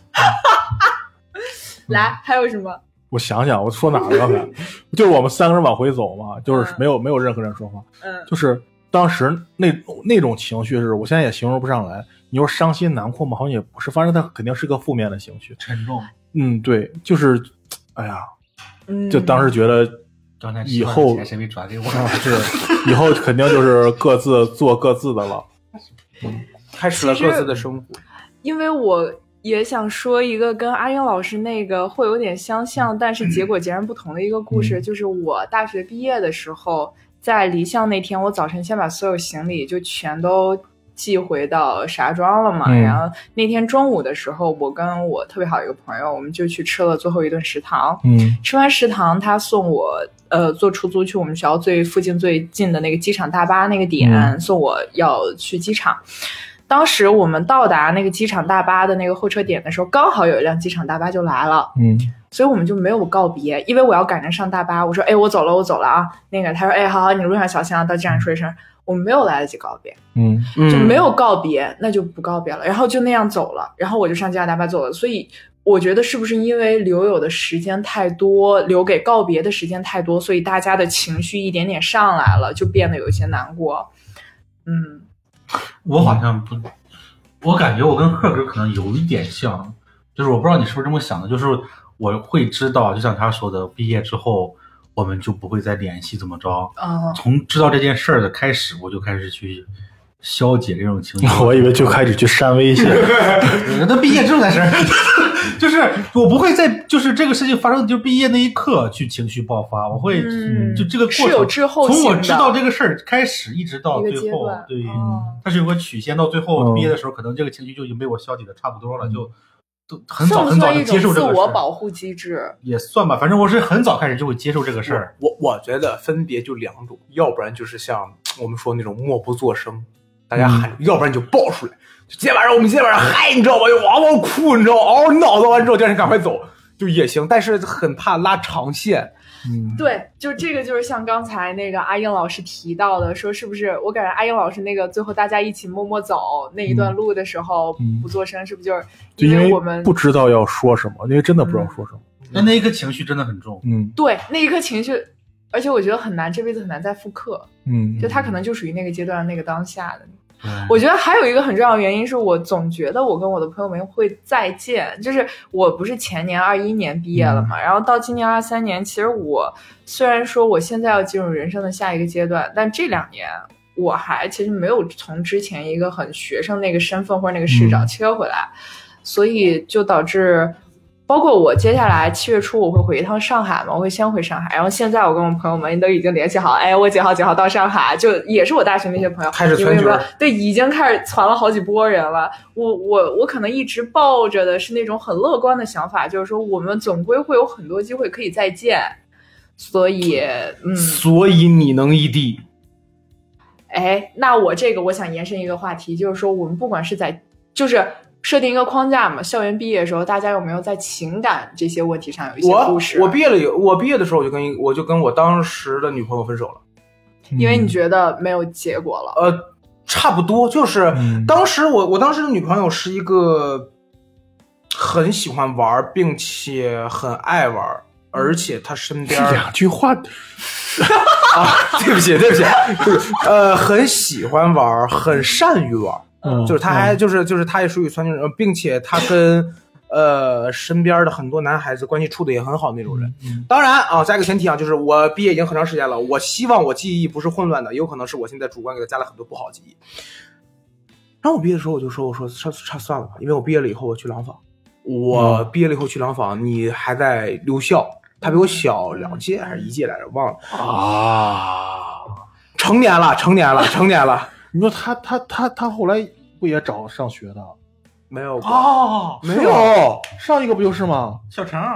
来，还有什么？ 我想想，我说哪了？刚才就是我们三个人往回走嘛，就是没有、嗯、没有任何人说话， 嗯， 就是当时那那种情绪是我现在也形容不上来。你说伤心难过吗？好像也不是，反正它肯定是个负面的情绪， 沉重。 嗯，对，就是，哎呀，就当时觉得以后谁没转给我？ 啊、是以后肯定就是各自做各自的了， 嗯，开始了各自的生活。 因为我也想说一个跟阿英老师那个会有点相像，但是结果截然不同的一个故事，嗯、就是我大学毕业的时候，在离校那天，我早晨先把所有行李就全都寄回到石家庄了嘛、嗯、然后那天中午的时候，我跟我特别好一个朋友，我们就去吃了最后一顿食堂。 嗯， 吃完食堂，他送我呃坐出租去我们学校最附近最近的那个机场大巴那个点、嗯、送我要去机场。当时我们到达那个机场大巴的那个候车点的时候，刚好有一辆机场大巴就来了。 嗯， 所以我们就没有告别，因为我要赶着上大巴。我说哎我走了我走了啊，那个他说哎好好你路上小心啊，到机场说一声。我们没有来得及告别， 嗯， 就没有告别，那就不告别了，然后就那样走了，然后我就上机场大巴走了。所以我觉得是不是因为留有的时间太多，留给告别的时间太多，所以大家的情绪一点点上来了，就变得有一些难过。嗯， 我好像不，我感觉我跟赫哥可能有一点像，就是我不知道你是不是这么想的，就是我会知道，就像他说的，毕业之后。我们就不会再联系，怎么着？ 啊、uh, ！ 从知道这件事儿的开始，我就开始去消解这种情绪。 我以为就开始去删微信。 那毕业之后才是，就是我不会在就是这个事情发生就毕业那一刻去情绪爆发，我会、嗯、就这个过程是有滞后性的， 从我知道这个事儿开始一直到最后，对，它、哦、是有个曲线，到最后、嗯、毕业的时候，可能这个情绪就已经被我消解的差不多了，嗯、就。都很早很早就接受这个事儿， 自我保护机制也算吧，反正我是很早开始就会接受这个事儿。 我我觉得分别就两种，要不然就是像我们说那种默不作声，大家喊，嗯、要不然你就爆出来。就今天晚上我们今天晚上嗨，你知道吗？就嗷嗷哭，你知道，嗷嗷闹闹完之后，第二天赶快走，就也行。但是很怕拉长线。 嗯， 对，就这个就是像刚才那个阿英老师提到的，说是不是？我感觉阿英老师那个最后大家一起默默走那一段路的时候、嗯、不作声，是不是就是因为我们不知道要说什么？因为真的不知道说什么。 那、嗯、那一刻情绪真的很重。 嗯， 对，那一刻情绪，而且我觉得很难，这辈子很难再复刻。 嗯， 就他可能就属于那个阶段那个当下的。我觉得还有一个很重要的原因是我总觉得我跟我的朋友们会再见，就是我不是前年二一年毕业了嘛、嗯、然后到今年二三年，其实我虽然说我现在要进入人生的下一个阶段，但这两年我还其实没有从之前一个很学生那个身份或者那个视角切回来、嗯、所以就导致包括我接下来七月初我会回一趟上海嘛，我会先回上海，然后现在我跟我朋友们都已经联系好，哎，我几号几号到上海，就也是我大学那些朋友开始传球， 对，已经开始传了好几波人了。我我我可能一直抱着的是那种很乐观的想法，就是说我们总归会有很多机会可以再见，所以嗯， 所以你能异地。 哎，那我这个我想延伸一个话题，就是说我们不管是在就是设定一个框架嘛，校园毕业的时候，大家有没有在情感这些问题上有一些故事？ 我我毕业了有，我毕业的时候我就跟我就跟我当时的女朋友分手了， 因为你觉得没有结果了。 呃，差不多，就是、嗯、当时我我当时的女朋友是一个很喜欢玩，并且很爱玩，而且她身边两句话啊，对不起对不起，就是呃，很喜欢玩，很善于玩。嗯，就是他还就是就是他也属于算那种，并且他跟呃身边的很多男孩子关系处的也很好那种人。 嗯、 当然啊，加一个前提啊，就是我毕业已经很长时间了，我希望我记忆不是混乱的，有可能是我现在主观给他加了很多不好记忆。然后我毕业的时候我就说，我说差差算了吧，因为我毕业了以后我去廊坊，我毕业了以后去廊坊，你还在留校，他比我小两届还是一届来着，忘了啊。 成年了，成年了，成年了。 你说他他他他后来不也找上学的？ 没有哦， 没有， 上一个不就是吗？ 小程，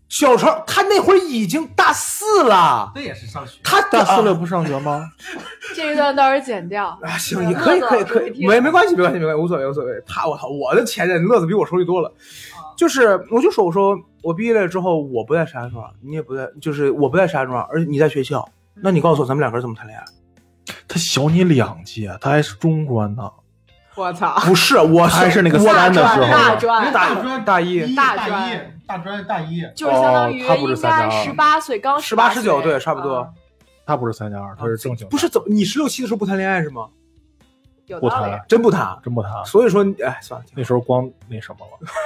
小超他那会儿已经大四了， 这也是上学。 他大四了不上学吗？ 这一段到时候剪掉。 啊，行，也可以，可以，可以，没没关系，没关系，没关系，无所谓，无所谓。他，我操，我的前任乐子比我手里多了。就是我就说，我说我毕业了之后，我不在石家庄，你也不在，就是我不在石家庄，而且你在学校，那你告诉我咱们两个人怎么谈恋爱？ 他小你两届，他还是中专呢。 我操！ 不是，我还是那个三的时候， 大专， 大专，大一， 大专，大专，大一， 就是相当于他不是应该十八岁，刚十八十九，对，差不多。 他不是三加二，他是正经。 不是怎么？你十六七的时候不谈恋爱是吗？ 不谈， 真不谈， 真不谈。 所以说，哎，算了， 那时候光那什么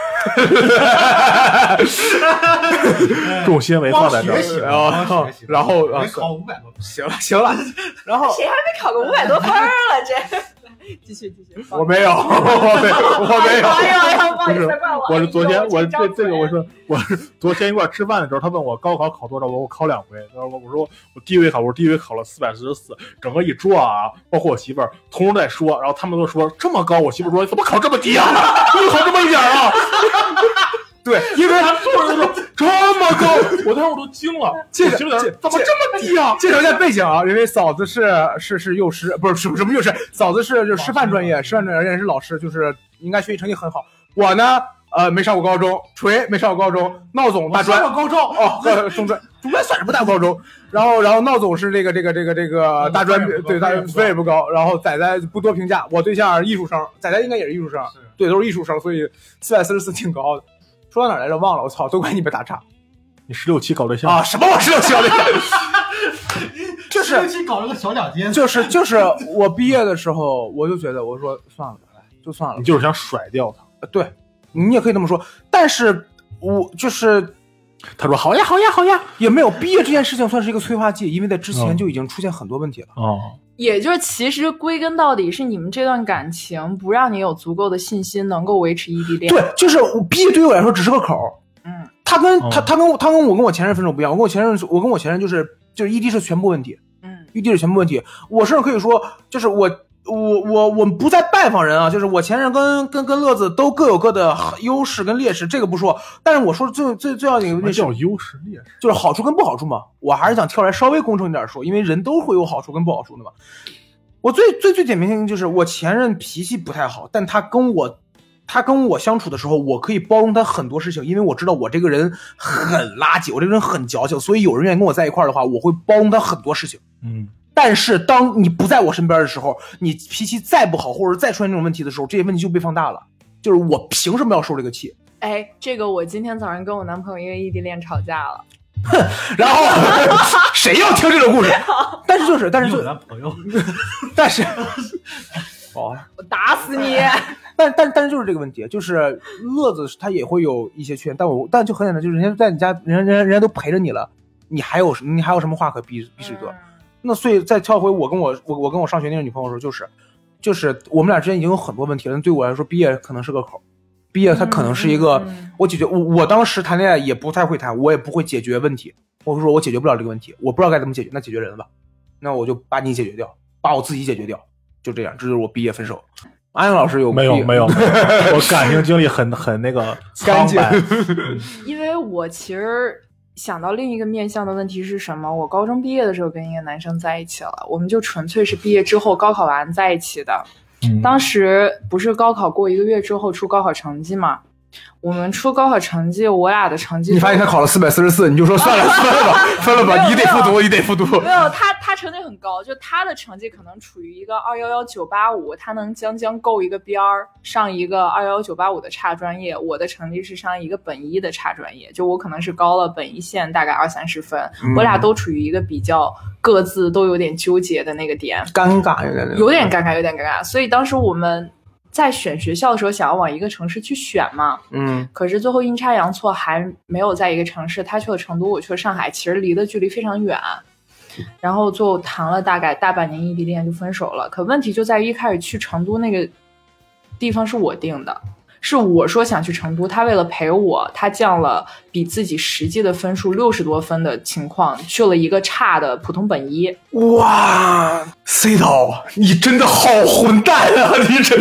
了，重心没放在这儿， 然后，然后没考五百多， 行了，行了，然后谁还没考个五百多分了？这。继续继续， 我没有，我没有，我没有。 哎呀呀，不好意思，怪我。我是昨天，我这这个我是我是昨天一块吃饭的时候，他问我高考考多少，我我考两回。然后我说我第一回考，我说第一回考了四百四十四，整个一桌啊，包括我媳妇儿，同时在说，然后他们都说这么高，我媳妇儿说怎么考这么低啊？怎么考这么一点啊？对，因为他所有人说这么高，我当时我都惊了。 这个怎么这么低啊？ 介绍一下背景啊，因为嫂子是是是幼师，不是什么什么幼师，嫂子是就是师范专业，师范专业人是老师，就是应该学习成绩很好。我呢，呃，没上过高中，锤没上过高中，闹总大专， 上过高中哦，呃，中专，中专算什么大高中？然后然后闹总是这个这个这个这个大专，对，大分也不高。然后仔仔不多评价，我对象艺术生，仔仔应该也是艺术生，对，都是艺术生，所以四百四十四挺高的。说到哪来着？忘了，我操，都怪你们打岔。 你十六期搞对象啊？什么？我十六期搞对象？就是十六期搞了个小两间。 就是就是我毕业的时候，我就觉得，我说算了，就算了。 你就是想甩掉他？ 对，你也可以这么说。但是我就是他说好呀好呀好呀， 也没有毕业这件事情算是一个催化剂，因为在之前就已经出现很多问题了。 哦。 也就是其实归根到底是你们这段感情不让你有足够的信心能够维持异地恋。 对，就是我毕业对于我来说只是个口。 嗯， 他跟他他跟我他跟我跟我前任分手不一样，我跟我前任我跟我前任就是就是异地是全部问题。 嗯， 异地是全部问题。我甚至可以说，就是我我我我不在拜访人啊，就是我前任跟跟跟乐子都各有各的优势跟劣势，这个不说。但是我说最最最要紧的那叫优势劣势， 就是好处跟不好处嘛。我还是想跳出来稍微公正一点说，因为人都会有好处跟不好处的嘛。我最最最典型性就是我前任脾气不太好，但他跟我他跟我相处的时候，我可以包容他很多事情，因为我知道我这个人很垃圾，我这个人很矫情，所以有人愿意跟我在一块儿的话，我会包容他很多事情。 嗯， 但是当你不在我身边的时候，你脾气再不好，或者再出现这种问题的时候，这些问题就被放大了。就是我凭什么要受这个气？ 哎，这个我今天早上跟我男朋友因为异地恋吵架了。 哼，然后谁要听这种故事？但是就是，但是就男朋友， 但是，哦， 我打死你！ 但但但是就是这个问题，就是乐子他也会有一些缺点，但我但就很简单，就是人家在你家，人家人家人家都陪着你了，你还有什你还有什么话可逼逼谁得？嗯、那所以再跳回我跟我我我跟我上学那个女朋友的时候，就是就是我们俩之间已经有很多问题了，对我来说，毕业可能是个口。毕业它可能是一个、嗯、我解决我我当时谈恋爱也不太会谈，我也不会解决问题，或者说我解决不了这个问题，我不知道该怎么解决，那解决人吧，那我就把你解决掉，把我自己解决掉，就这样，这就是我毕业分手。安阳老师有没有没有？我感情经历很很那个干净， 因为我其实想到另一个面向的问题是什么？我高中毕业的时候跟一个男生在一起了，我们就纯粹是毕业之后高考完在一起的。当时不是高考过一个月之后出高考成绩嘛？我们出高考成绩，我俩的成绩， 你发现他考了四百四十四，你就说算了分了吧，分了吧，你得复读，你得复读。 没有，他他成绩很高，就他的成绩可能处于一个二幺幺九八五，他能将将够一个边儿，上一个二幺幺九八五的差专业。我的成绩是上一个本一的差专业，就我可能是高了本一线大概二三十分、嗯，我俩都处于一个比较各自都有点纠结的那个点， 尴尬有点， 有点尴尬，有点尴尬。所以当时我们在选学校的时候想要往一个城市去选嘛， 嗯， 可是最后阴差阳错还没有在一个城市，他去了成都，我去了上海，其实离的距离非常远，然后就谈了大概大半年异地恋就分手了。可问题就在于一开始去成都那个地方是我定的，是我说想去成都，他为了陪我，他降了比自己实际的分数六十多分的情况，去了一个差的普通本一。 哇 ，C 导，你真的好混蛋啊！你这，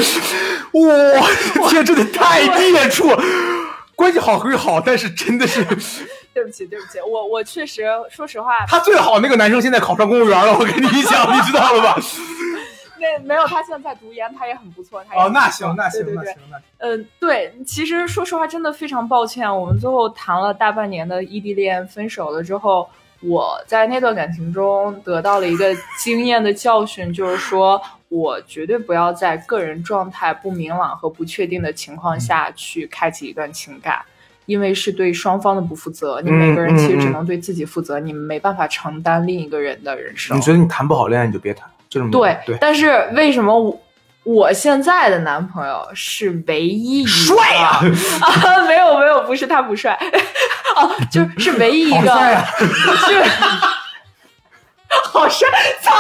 哇，天，真的太孽畜。关系好归好，但是真的是对不起，对不起，我我确实，说实话， 他最好那个男生现在考上公务员了，我跟你讲，你知道了吧？ 那没有，他现在在读研，他也很不错。他也哦，那行，那行， 对对对那行，那行。 嗯、呃，对，其实说实话，真的非常抱歉，我们最后谈了大半年的异地恋，分手了之后，我在那段感情中得到了一个经验的教训，就是说我绝对不要在个人状态不明朗和不确定的情况下去开启一段情感。因为是对双方的不负责，你每个人其实只能对自己负责，嗯嗯嗯、你没办法承担另一个人的人生。 你觉得你谈不好恋爱你就别谈，这种对对。 但是为什么我我现在的男朋友是唯一一个帅啊啊？没有没有，不是他不帅啊，就是唯一一个， 好帅啊、 是好帅，操，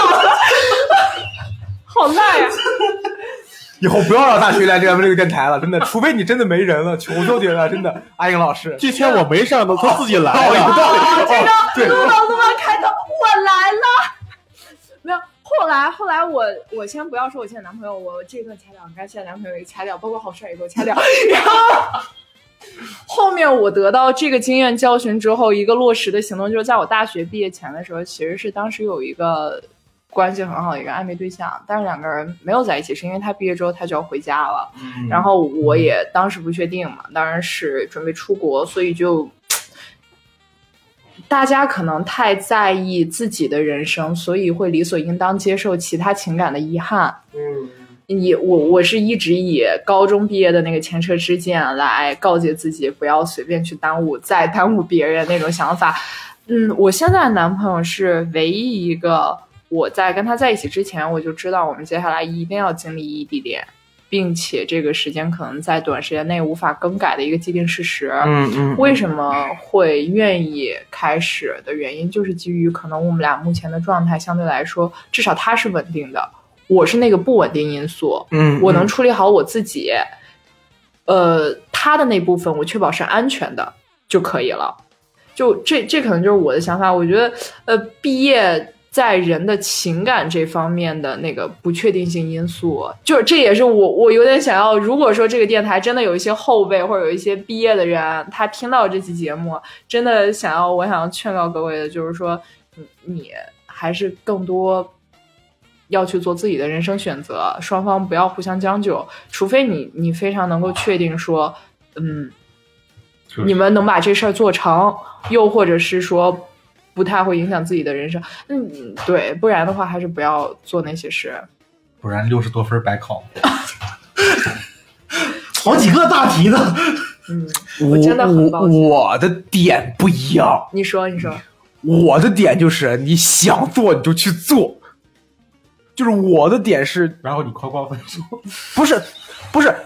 好赖呀、啊！ 以后不要让大学来咱们这个电台了，真的，除非你真的没人了，求求你了，真的，阿英老师。 今天我没上的，他自己来了。 有道理。 这个录了录了开头，我来了。没有，后来后来我我先不要说我现在男朋友，我这个掐掉，你看现在男朋友也掐掉，包括好帅也给我掐掉。然后后面我得到这个经验教训之后，一个落实的行动就是在我大学毕业前的时候，其实是当时有一个关系很好的一个暧昧对象，但是两个人没有在一起，是因为他毕业之后他就要回家了，嗯、然后我也当时不确定嘛，当然是准备出国，所以就大家可能太在意自己的人生，所以会理所应当接受其他情感的遗憾。 嗯， 以我我是一直以高中毕业的那个前车之鉴来告诫自己不要随便去耽误再耽误别人那种想法。嗯，我现在的男朋友是唯一一个我在跟他在一起之前我就知道我们接下来一定要经历异地恋，并且这个时间可能在短时间内无法更改的一个既定事实。 嗯嗯， 为什么会愿意开始的原因就是基于可能我们俩目前的状态相对来说，至少他是稳定的，我是那个不稳定因素。 嗯， 我能处理好我自己，呃，他的那部分我确保是安全的就可以了。就这这可能就是我的想法。我觉得呃，毕业在人的情感这方面的那个不确定性因素，就这也是我我有点想要，如果说这个电台真的有一些后辈或者有一些毕业的人他听到这期节目，真的想要我想要劝告各位的就是说，你你还是更多要去做自己的人生选择，双方不要互相将就，除非你你非常能够确定说嗯你们能把这事儿做成，又或者是说不太会影响自己的人生，嗯，对，不然的话还是不要做那些事， 不然六十多分白考。 好几个大题呢。 嗯，我真的很抱歉。 我的点不一样， 你说，你说， 我的点就是你想做你就去做，就是我的点是， 然后你夸夸分数， 不是，不是。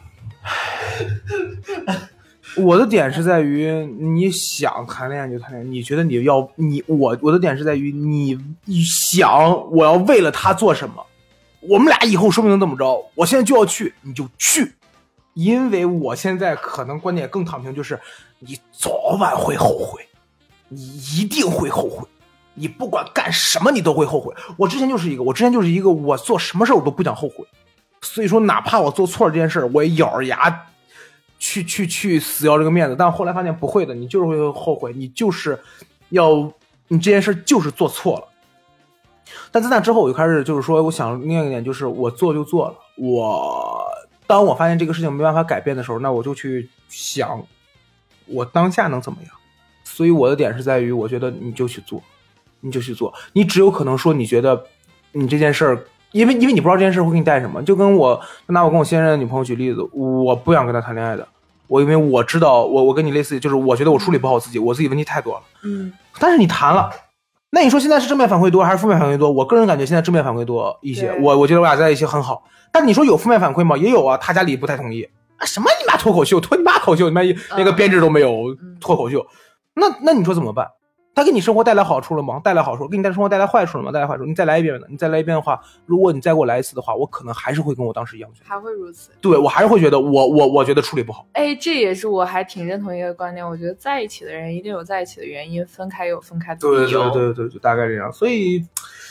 我的点是在于你想谈恋爱就谈恋爱，你觉得你要你我我的点是在于你想我要为了他做什么，我们俩以后说不定能怎么着，我现在就要去，你就去，因为我现在可能观点更躺平，就是你早晚会后悔，你一定会后悔，你不管干什么你都会后悔。我之前就是一个我之前就是一个我做什么事我都不想后悔，所以说哪怕我做错了这件事我也咬着牙去去去死要这个面子，但后来发现不会的，你就是会后悔，你就是要你这件事就是做错了。但在那之后我就开始就是说，我想另外一点就是我做就做了，我当我发现这个事情没办法改变的时候，那我就去想我当下能怎么样。所以我的点是在于我觉得你就去做，你就去做，你只有可能说你觉得你这件事儿，因为因为你不知道这件事会给你带什么，就跟我拿我跟我现任的女朋友举例子，我不想跟她谈恋爱的，我因为我知道我我跟你类似，就是我觉得我处理不好自己，我自己问题太多了， 嗯， 但是你谈了，那你说现在是正面反馈多还是负面反馈多？我个人感觉现在正面反馈多一些，我我觉得我俩在一起很好，但你说有负面反馈吗？也有啊，他家里不太同意啊，什么你妈脱口秀，脱你妈口秀，你妈那个编制都没有，脱口秀，那那你说怎么办？他给你生活带来好处了吗？带来好处，给你带生活带来坏处了吗？带来坏处，你再来一遍呢？你再来一遍的话，如果你再给我来一次的话，我可能还是会跟我当时一样， 还会如此。 对，我还是会觉得我我我觉得处理不好。 哎，这也是我还挺认同一个观点，我觉得在一起的人一定有在一起的原因，分开也有分开的理由。 对对对对对，大概这样。所以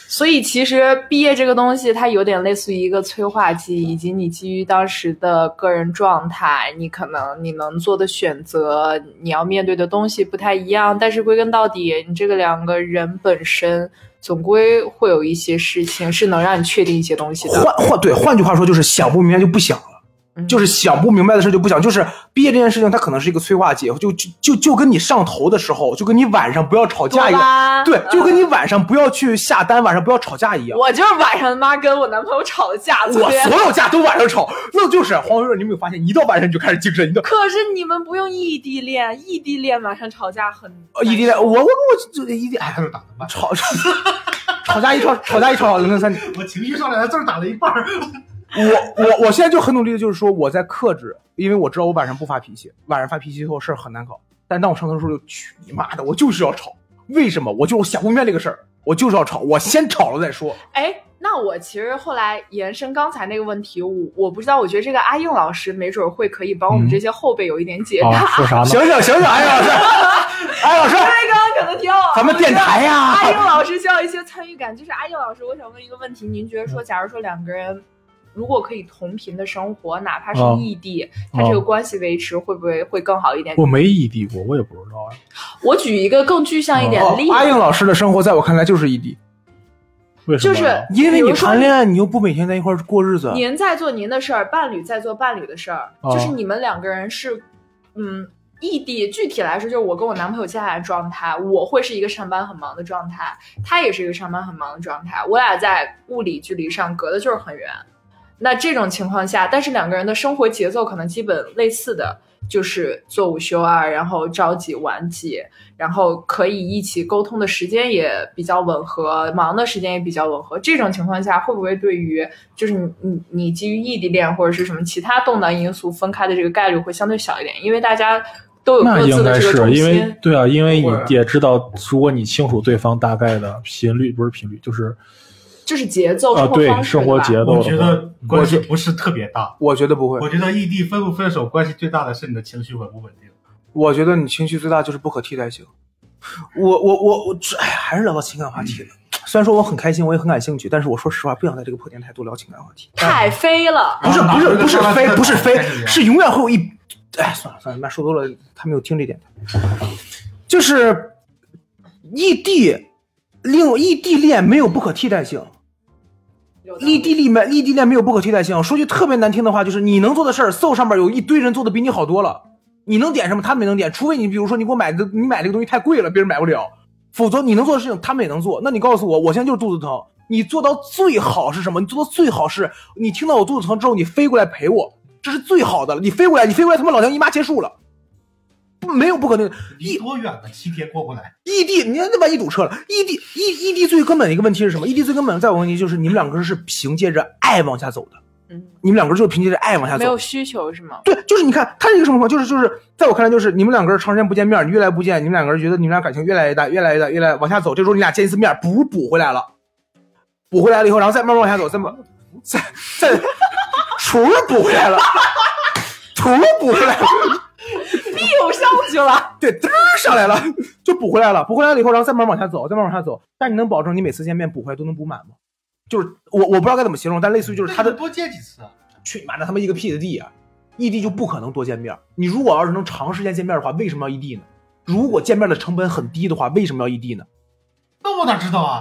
所以其实毕业这个东西，它有点类似于一个催化剂，以及你基于当时的个人状态，你可能你能做的选择，你要面对的东西不太一样。但是归根到底，你这个两个人本身，总归会有一些事情是能让你确定一些东西的。 换换对，换句话说就是想不明白就不想了。就是想不明白的事就不想，就是毕业这件事情它可能是一个催化剂，就就就就跟你上头的时候，就跟你晚上不要吵架一样，对，就跟你晚上不要去下单，晚上不要吵架一样。 我就是晚上他妈跟我男朋友吵的架， 我所有架都晚上吵，那就是黄文，你有没有发现，一到晚上你就开始精神，你都。 可是你们不用异地恋，异地恋晚上吵架很。 哦，异地恋，我我我就异地，哎，他就打的慢，吵吵吵架一吵吵架一吵零零三， 我情绪上来了，字打了一半。 我我我现在就很努力的，就是说我在克制，因为我知道我晚上不发脾气，晚上发脾气以后事儿很难搞。但当我上头的时候，就去你妈的，我就是要吵。为什么？我就是想不明白这个事儿，我就是要吵，我先吵了再说。 哎，那我其实后来延伸刚才那个问题，我我不知道，我觉得这个阿英老师没准会可以帮我们这些后辈有一点解答。 嗯啊、说啥呢？ 行行行行，阿英老师，阿英老师， 因为刚刚可能挺好。 咱们电台呀、啊， 阿英老师需要一些参与感。就是阿英老师，我想问一个问题，您觉得说，假如说两个人。如果可以同频的生活，哪怕是异地，哦、他这个关系维持会不会会更好一点？ 我没异地过，我也不知道呀。 我举一个更具象一点的例子， 哦、阿英老师的生活在我看来就是异地。 为什么？ 就是因为你谈恋爱，你又不每天在一块过日子。 您在做您的事儿，伴侣在做伴侣的事儿，哦、就是你们两个人是，嗯。异地具体来说，就是我跟我男朋友接下来的状态，我会是一个上班很忙的状态，他也是一个上班很忙的状态，我俩在物理距离上隔的就是很远。那这种情况下，但是两个人的生活节奏可能基本类似的，就是做午休啊，然后朝几晚几，然后可以一起沟通的时间也比较吻合，忙的时间也比较吻合。这种情况下，会不会对于就是你你你基于异地恋或者是什么其他动荡因素分开的这个概率会相对小一点？因为大家都有各自的这个重心。那应该是因为对啊，因为你也知道，如果你清楚对方大概的频率，不是频率，就是就是节奏， 啊，对，生活节奏。 我觉得关系不是特别大， 我觉得不会。 我觉得异地分不分手，关系最大的是你的情绪稳不稳定。 我觉得你情绪最大就是不可替代性。我我我我，哎呀，还是聊到情感话题了。虽然说我很开心，我也很感兴趣，但是我说实话，不想在这个破电台多聊情感话题。 太飞了！ 不是不是不是飞，不是飞，是永远会有一。哎，算了算了，那说多了，他没有听这点。就是异地，另异地恋没有不可替代性。异地恋，异地恋没有不可替代性。说句特别难听的话，就是你能做的事儿，搜上面有一堆人做的比你好多了。你能点什么，他们也能点，除非你比如说你给我买的，你买这个东西太贵了，别人买不了。否则你能做的事情，他们也能做。那你告诉我，我现在就是肚子疼，你做到最好是什么？你做到最好是，你听到我肚子疼之后，你飞过来陪我，这是最好的了。你飞过来，你飞过来，他妈老娘姨妈结束了。没有不可能， 离多远呢？七天过不来。 异地，你看那万一堵车了。异地，异异地最根本的一个问题是什么？异地最根本的在我问题就是你们两个人是凭借着爱往下走的。嗯，你们两个人就是凭借着爱往下走， 没有需求是吗？ 对，就是你看他是一个什么情况？就是就是在我看来，就是你们两个人长时间不见面，你越来不见，你们两个人觉得你们俩感情越来越大，越来越大，越来往下走。这时候你俩见一次面，补补回来了，补回来了以后，然后再慢慢往下走，再慢再再厨补回来了，图补回来了。 又上去了， 对，嘚上来了，就补回来了，补回来了以后，然后再慢慢往下走，再慢慢往下走。但你能保证你每次见面补回来都能补满吗？就是我我不知道该怎么形容，但类似于就是他的多见几次啊？ 去你妈的他妈一个屁的地啊！异地就不可能多见面。你如果要是能长时间见面的话，为什么要异地呢？如果见面的成本很低的话，为什么要异地呢？ 那我哪知道啊？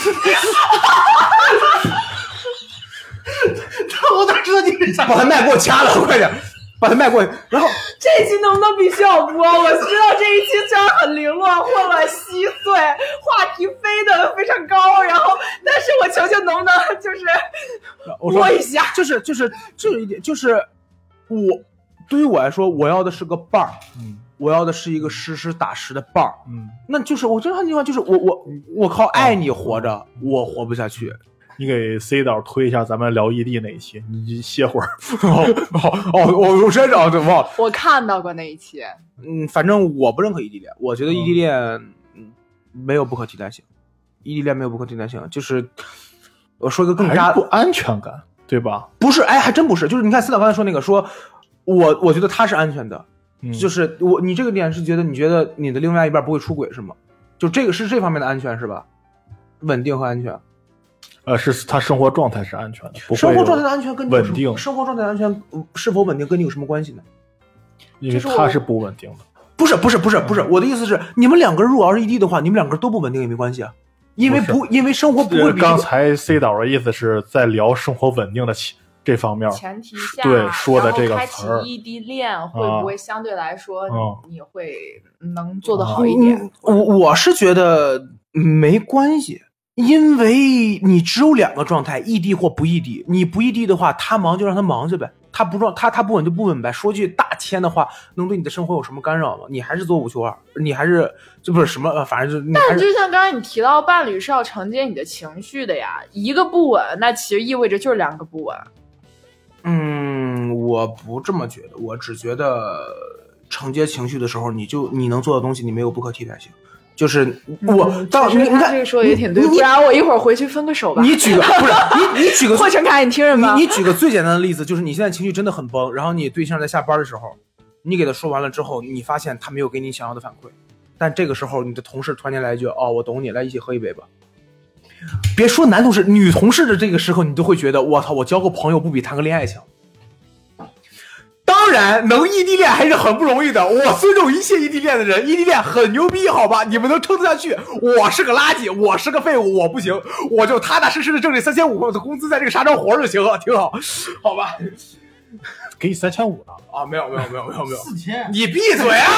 那我哪知道你是啥？ 把他麦给我掐了，快点！把它卖过去，然后这一期能不能必须要播？我知道这一期虽然很凌乱、混乱、稀碎，话题飞得非常高，然后，但是我求求能不能就是播一下？ 就是就是这一点，就是我对于我来说，我要的是个伴儿，嗯，我要的是一个实实打实的伴儿，嗯，那就是我这样的地方，就是我我我靠爱你活着，我活不下去。 你给 C 导推一下咱们聊异地那一期，你歇会儿。 哦哦，我我真找对忘了。 我看到过那一期。 嗯，反正我不认可异地恋，我觉得异地恋嗯没有不可替代性，异地恋没有不可替代性，就是我说一个更加不安全感，对吧？ 不是，哎，还真不是，就是你看 C 导刚才说那个，说我我觉得他是安全的，嗯、就是我你这个点是觉得你觉得你的另外一半不会出轨是吗？就这个是这方面的安全是吧？稳定和安全。 呃，是他生活状态是安全的，不会生活状态的安全跟你有什么稳定， 生活状态的安全是否稳定跟你有什么关系呢？ 因为他是不稳定的。 不是不是不是不是，我的意思是，你们两个人如果要是异地的话，你们两个人都不稳定也没关系啊，因为不因为生活不会比。 刚才 C 导的意思是在聊生活稳定的这方面， 前提下对说的这个开词儿， 启异地恋会不会相对来说嗯你会能做得好一点？ 嗯、我我是觉得没关系。因为你只有两个状态，异地或不异地。你不异地的话，他忙就让他忙着呗，他不状他他不稳就不稳呗。说句大千的话，能对你的生活有什么干扰吗？你还是做五休二，你还是这不是什么，呃、反正就。 但是就像刚才你提到，伴侣是要承接你的情绪的呀，一个不稳，那其实意味着就是两个不稳。 嗯，我不这么觉得，我只觉得承接情绪的时候，你就你能做的东西，你没有不可替代性。就是我， 嗯、 到你你看这个说的也挺对，不然我一会儿回去分个手吧。 你举个不是你你举个霍成凯，你听着吗？ 你你举个最简单的例子，就是你现在情绪真的很崩，然后你对象在下班的时候，你给他说完了之后，你发现他没有给你想要的反馈，但这个时候你的同事突然间来一句：“哦，我懂你，来一起喝一杯吧。”别说男同事，女同事的这个时候，你都会觉得我操，我交个朋友不比谈个恋爱强。当然，能异地恋还是很不容易的。我尊重一切异地恋的人，异地恋很牛逼，好吧？你们能撑得下去。我是个垃圾，我是个废物，我不行，我就踏踏实实的挣这三千五的工资，在这个沙庄活就行了，挺好，好吧？ 给你三千五呢？ 啊，没有没有没有没有没有， 四千， 你闭嘴啊！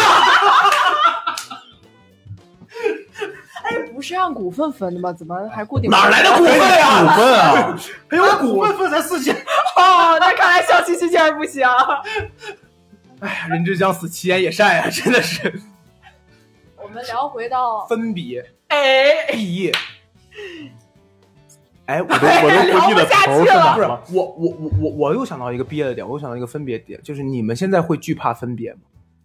哎，不是按股份分的吗？怎么还固定？ 哪来的股份呀？ 股份啊， 还有股份分才四千。 哦，那看来小七七确实不行。 哎呀，人之将死，其言也善呀，真的是。 我们聊回到分别， 哎， 毕业。哎，我都我都不记得头是哪不是了。 我我我我我又想到一个毕业的点，我又想到一个分别点，就是你们现在会惧怕分别吗？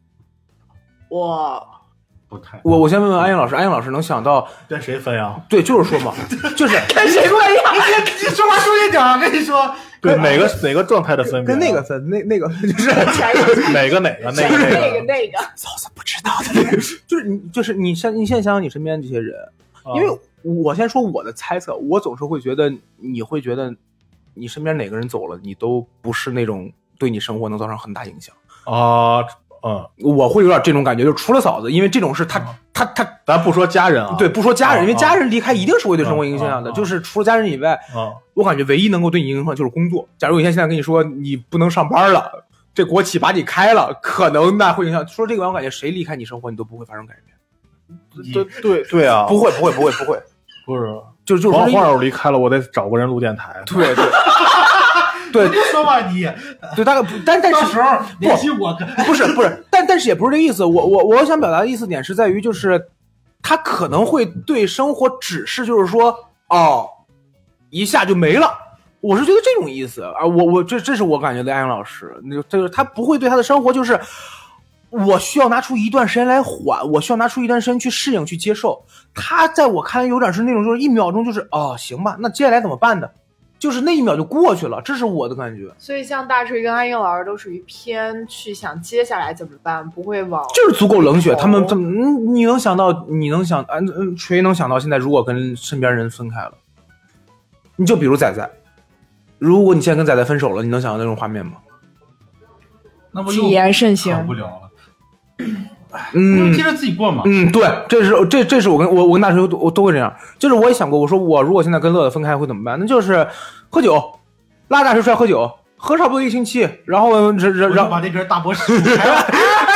我。 不太， 我我先问问安英老师，安英老师能想到跟谁分呀？ 对，就是说嘛，就是跟谁分呀？ 你说话注意点啊！跟你说， 对哪个哪个状态的分别？ 跟那个分，那那个就是哪个哪个那个那个那个， 嫂子不知道的那个，就是你就是你现你现在想想你身边这些人，因为我先说我的猜测，我总是会觉得你会觉得你身边哪个人走了，你都不是那种对你生活能造成很大影响啊。嗯， 我会有点这种感觉，就是除了嫂子，因为这种是他、嗯、他他， 咱不说家人啊， 对，不说家人， 啊、 因为家人离开一定是会对生活影响的。 啊、 就是除了家人以外， 啊， 我感觉唯一能够对你影响就是工作。假如有一天现在跟你说你不能上班了，这国企把你开了，可能那会影响。说这个，我感觉谁离开你生活，你都不会发生改变。 对对对啊， 不会不会不会不会， 不是， 就就是黄黄友离开了，我得找个人录电台。 对对。对， 别说吧你， 对，大概但但是到时候联系我， 不是不是，但但是也不是这意思。我我我想表达的意思点是在于，就是他可能会对生活只是就是说哦，一下就没了。我是觉得这种意思啊，我我这这是我感觉的安阳老师，那就是他不会对他的生活就是我需要拿出一段时间来缓，我需要拿出一段时间去适应去接受。他在我看来有点是那种就是一秒钟就是哦行吧，那接下来怎么办的？就是那一秒就过去了，这是我的感觉。 所以像大锤跟安英老师都属于偏去想接下来怎么办，不会往就是足够冷血。他们怎么、嗯、你能想到？你能想嗯嗯，锤能想到现在如果跟身边人分开了，你就比如仔仔，如果你现在跟仔仔分手了，你能想到那种画面吗？ 那不谨言慎行， 不了了。 嗯， 接着自己过嘛。 嗯，对，这是这这是我跟我我跟大锤我都会这样。就是我也想过，我说我如果现在跟乐乐分开会怎么办？那就是喝酒，拉大锤出来喝酒，喝差不多一个星期，然后然然然后把那瓶大波屎开了。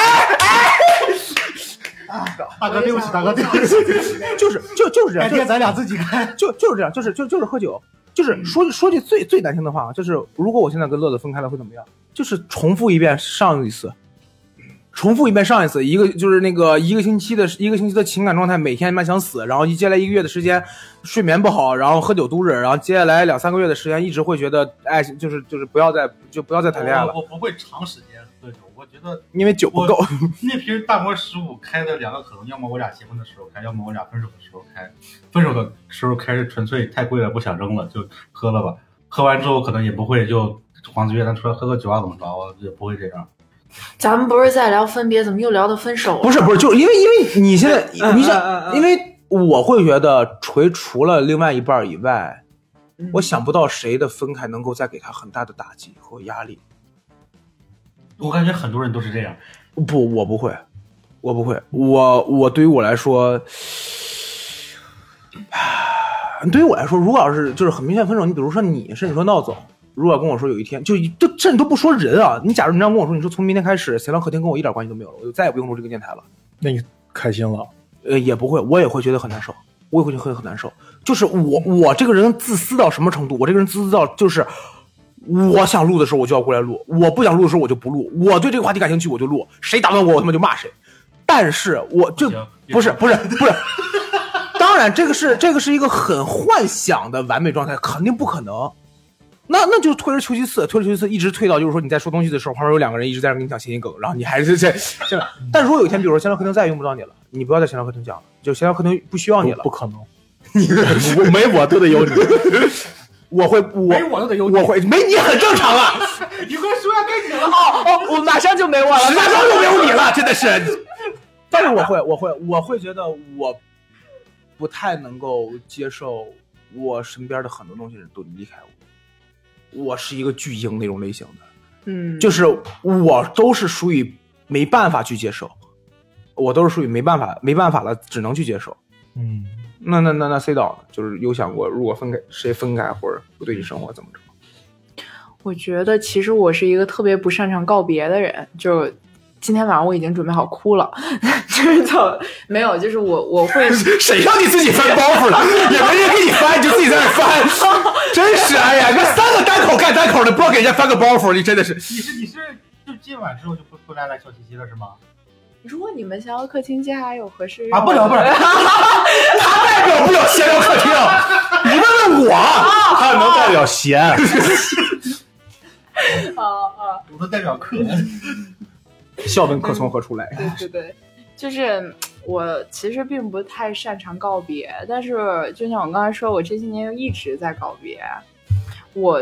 大哥对不起，大哥对不起， 就是就就是这样， 改天咱俩自己开， 就就是这样，就是就就是喝酒，就是说说句最最难听的话，就是如果我现在跟乐乐分开了会怎么样？就是重复一遍上一次。重复一遍上一次，一个就是那个一个星期的一个星期的情感状态，每天蛮想死，然后接下来一个月的时间睡眠不好，然后喝酒度日，然后接下来两三个月的时间一直会觉得哎，就是就是不要再就不要再谈恋爱了。 我, 我不会长时间喝酒，我觉得因为酒不够。 那瓶大摩十五开的两个可能，要么我俩结婚的时候开，要么我俩分手的时候开。分手的时候开是纯粹太贵了不想扔了就喝了吧，喝完之后可能也不会就黄子悦咱出来喝个酒啊怎么着啊，也不会这样。 咱们不是在聊分别，怎么又聊到分手了？ 不是不是，就是因为因为你现在你想，因为我会觉得锤除了另外一半以外， 嗯、 我想不到谁的分开能够再给他很大的打击和压力。 我感觉很多人都是这样。 不，我不会，我不会，我我对于我来说，对于我来说，如果要是就是很明显分手，你比如说你是你说闹总，如果跟我说有一天就就这你都不说人啊，你假如你让跟我说，你说从明天开始闲聊客厅跟我一点关系都没有了，我就再也不用录这个电台了， 那你开心了？ 呃，也不会，我也会觉得很难受，我也会觉得很难受。就是我我这个人自私到什么程度？我这个人自私到就是。我想录的时候我就要过来录，我不想录的时候我就不录，我对这个话题感兴趣我就录，谁打断我我他妈就骂谁。但是我这不是不是不是，当然这个是这个是一个很幻想的完美状态，肯定不可能。那那就退而求其次，退而求其次，一直退到就是说你在说东西的时候，旁边有两个人一直在那跟你讲谐音梗，然后你还是在这样。但如果有一天，比如说闲聊客厅再也用不到你了，你不要在闲聊客厅讲了，就闲聊客厅不需要你了， 不, 不可能，你没我都得有你。 我会我没我都得有你， 我会没你很正常啊。 你快说要该你了哦哦，我马上就没我了， 十分钟就没有你了，真的是。但是我会我会我会觉得我不太能够接受我身边的很多东西都离开我。我是一个巨婴那种类型的， 嗯， 就是我都是属于没办法去接受，我都是属于没办法没办法了，只能去接受。 嗯。 那那那那 C 导就是有想过，如果分开谁分开或者不对你生活怎么着？ 我觉得其实我是一个特别不擅长告别的人，就今天晚上我已经准备好哭了，就是就没有，就是我我会谁让你自己翻包袱了，也没人给你翻，你就自己在那翻，真是哎呀，这三个单口干单口的，不知道给人家翻个包袱，你真的是。 你是你是就今晚之后就不不来来小七七了是吗？ 如果你们闲聊客厅接下来有合适啊，不聊不聊， 他代表不了闲聊客厅，你问问我， 他能代表闲。啊啊， 我能代表客。 笑问客从何处来？ 对对对，就是我其实并不太擅长告别，但是就像我刚才说，我这些年又一直在告别，我。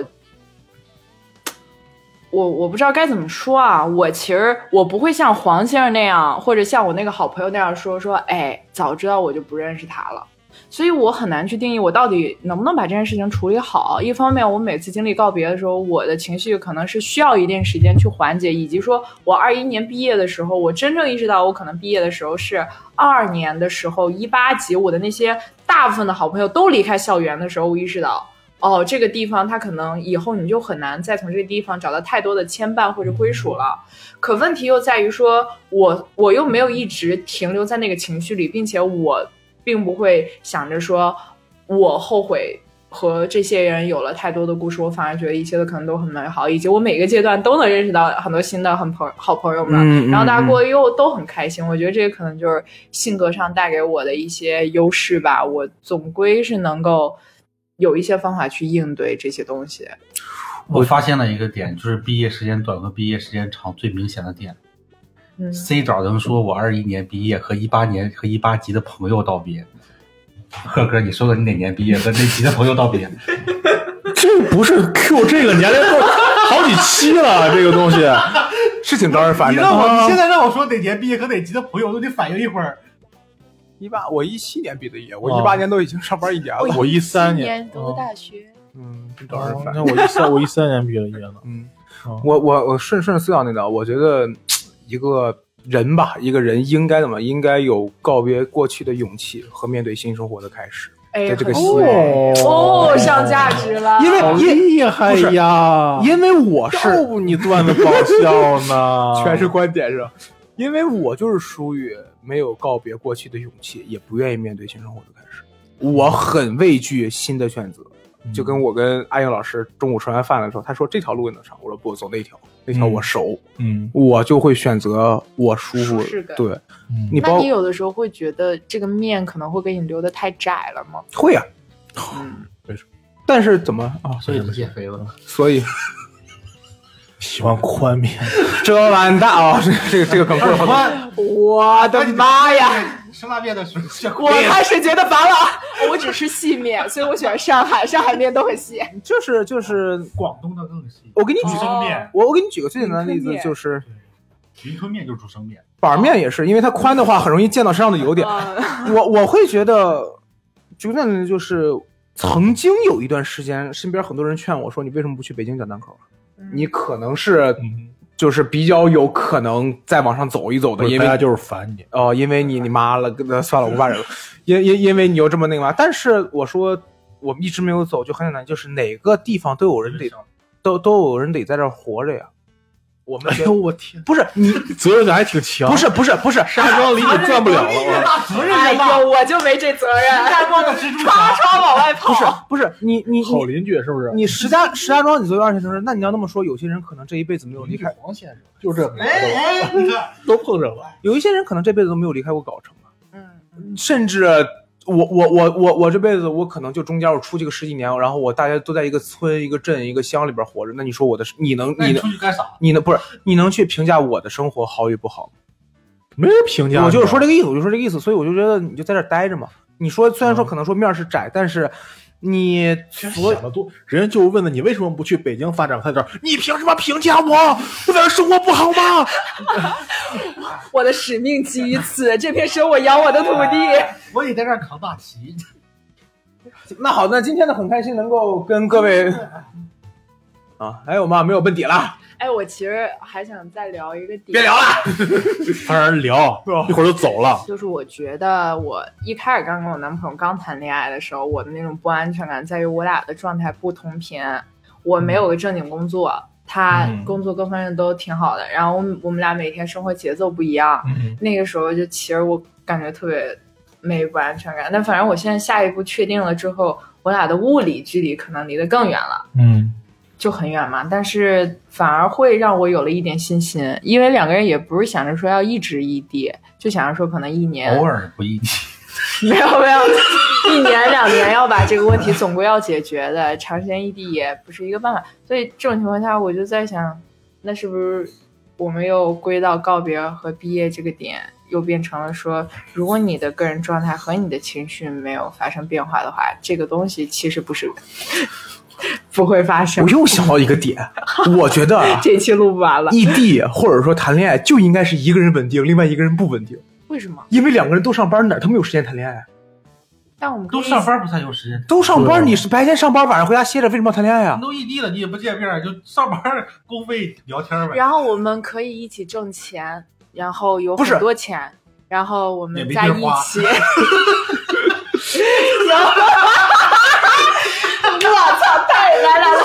我我不知道该怎么说啊，我其实我不会像黄先生那样，或者像我那个好朋友那样说说，哎，早知道我就不认识他了。所以我很难去定义我到底能不能把这件事情处理好。一方面，我每次经历告别的时候，我的情绪可能是需要一定时间去缓解，以及说我二一年毕业的时候，我真正意识到我可能毕业的时候是二二年的时候，一八级我的那些大部分的好朋友都离开校园的时候，我意识到。哦，这个地方它可能以后你就很难再从这个地方找到太多的牵绊或者归属了。可问题又在于说，我我又没有一直停留在那个情绪里，并且我并不会想着说我后悔和这些人有了太多的故事，我反而觉得一切都可能都很美好，以及我每个阶段都能认识到很多新的很朋好朋友们， 嗯嗯、 然后大家过得又都很开心。我觉得这个可能就是性格上带给我的一些优势吧，我总归是能够有一些方法去应对这些东西。 我发现了一个点，就是毕业时间短和毕业时间长最明显的点。 嗯 C 早能说我二一年毕业和一八年和一八级的朋友道别。贺哥，你说说你哪年毕业和哪级的朋友道别？ 这不是 Q 这个年龄好几期了，这个东西是挺招人烦的。 你让我你现在让我说哪年毕业和哪级的朋友，我都得反应一会儿。 一八，我一七年毕的业，我一八年都已经上班一年了。 我一三年读的大学， 嗯，真招人烦。 那我一三，我一三年毕的业呢。 嗯，我我我顺顺着思想那道，我觉得一个人吧，一个人应该怎么，应该有告别过去的勇气和面对新生活的开始。 哎， 在这个哦哦，上价值了， 因为好厉害呀！ 因为我是要不你段子爆笑呢， 全是观点是吧？因为我就是属于没有告别过去的勇气，也不愿意面对新生活的开始。我很畏惧新的选择，就跟我跟阿英老师中午吃完饭的时候，他说这条路也能上，我说不，走那条，那条我熟， 嗯， 我就会选择我舒服。对， 嗯、 你包那你有的时候会觉得这个面可能会给你留得太窄了吗？ 会啊， 嗯， 为什么？但是怎么啊？所以你减肥了， 所以。 喜欢宽面， 这完蛋啊！这这个这个梗过宽， 我的妈呀！ 吃拉面的时候， 我开始觉得烦了。我只吃细面，所以我喜欢上海，上海面都很细。 就是就是广东的更细。 我给你举生面， 我我给你举个最简单的例子，就是云吞面就是竹升面， 板面也是，因为它宽的话很容易溅到身上的油点。我我会觉得，举个例子就是曾经有一段时间，身边很多人劝我说：“你为什么不去北京讲单口？嗯、你可能是。嗯”就是比较有可能再往上走一走的，因为大家就是烦你哦、呃，因为你你妈了，那算了，我不骂人了，因因因为你又这么那个嘛。但是我说我们一直没有走，就很简单，就是哪个地方都有人得，都都有人得在这儿活着呀。我们哎呦我天， 不是你责任感还挺强， 不是不是不是， 石家庄离你转不了了， 责任哎呦，我就没这责任， 石家庄的蜘蛛唰唰往外跑， 不是不是你你好邻居是不是？ 你石家石家庄，你作为二线城市，那你要那么说，有些人可能这一辈子没有离开黄先生，就这， 哎哎，你看都碰上了， 有一些人可能这辈子都没有离开过藁城啊， 嗯， 甚至。我我我我我这辈子我可能就中间我出去个十几年，然后我大家都在一个村、一个镇、一个乡里边活着。那你说我的你能你能出去干啥？ 你能不是你能去评价我的生活好与不好？ 没人评价。 我就是说这个意思，我就说这个意思。所以我就觉得你就在这待着嘛。你说虽然说可能说面是窄，嗯、但是你所想的多。人家就问了你为什么不去北京发展？他在这儿，你凭什么评价我？我在这生活不好吗？ 我的使命基于此，这片是我养我的土地。 我也在这儿扛大旗。 那好，那今天呢很开心能够跟各位啊，还有吗？没有问题了。 哎，我其实还想再聊一个点。 别聊了， 当然聊，一会儿就走了。 就是我觉得我一开始刚跟我男朋友刚谈恋爱的时候，我的那种不安全感在于我俩的状态不同频。我没有个正经工作。嗯他工作各方面都挺好的，嗯、然后我们我们俩每天生活节奏不一样，嗯、那个时候就其实我感觉特别没不安全感。但反正我现在下一步确定了之后，我俩的物理距离可能离得更远了， 嗯， 就很远嘛。但是反而会让我有了一点信心，因为两个人也不是想着说要一直异地，就想着说可能一年偶尔不异地， 没有没有。一年两年要把这个问题总归要解决的，长时间异地也不是一个办法。所以这种情况下，我就在想，那是不是我们又归到告别和毕业这个点，又变成了说，如果你的个人状态和你的情绪没有发生变化的话，这个东西其实不是不会发生。 我又想到一个点，我觉得、啊、 这期录不完了。 异地或者说谈恋爱就应该是一个人稳定，另外一个人不稳定。 为什么？ 因为两个人都上班，哪他们有时间谈恋爱？ 但我们都上班不才有时间， 都上班，你是白天上班，晚上回家歇着，为什么要谈恋爱啊？ 你都异地了，你也不见面，就上班公费聊天呗。 然后我们可以一起挣钱，然后有很多钱，然后我们在一起。我操，太来来了！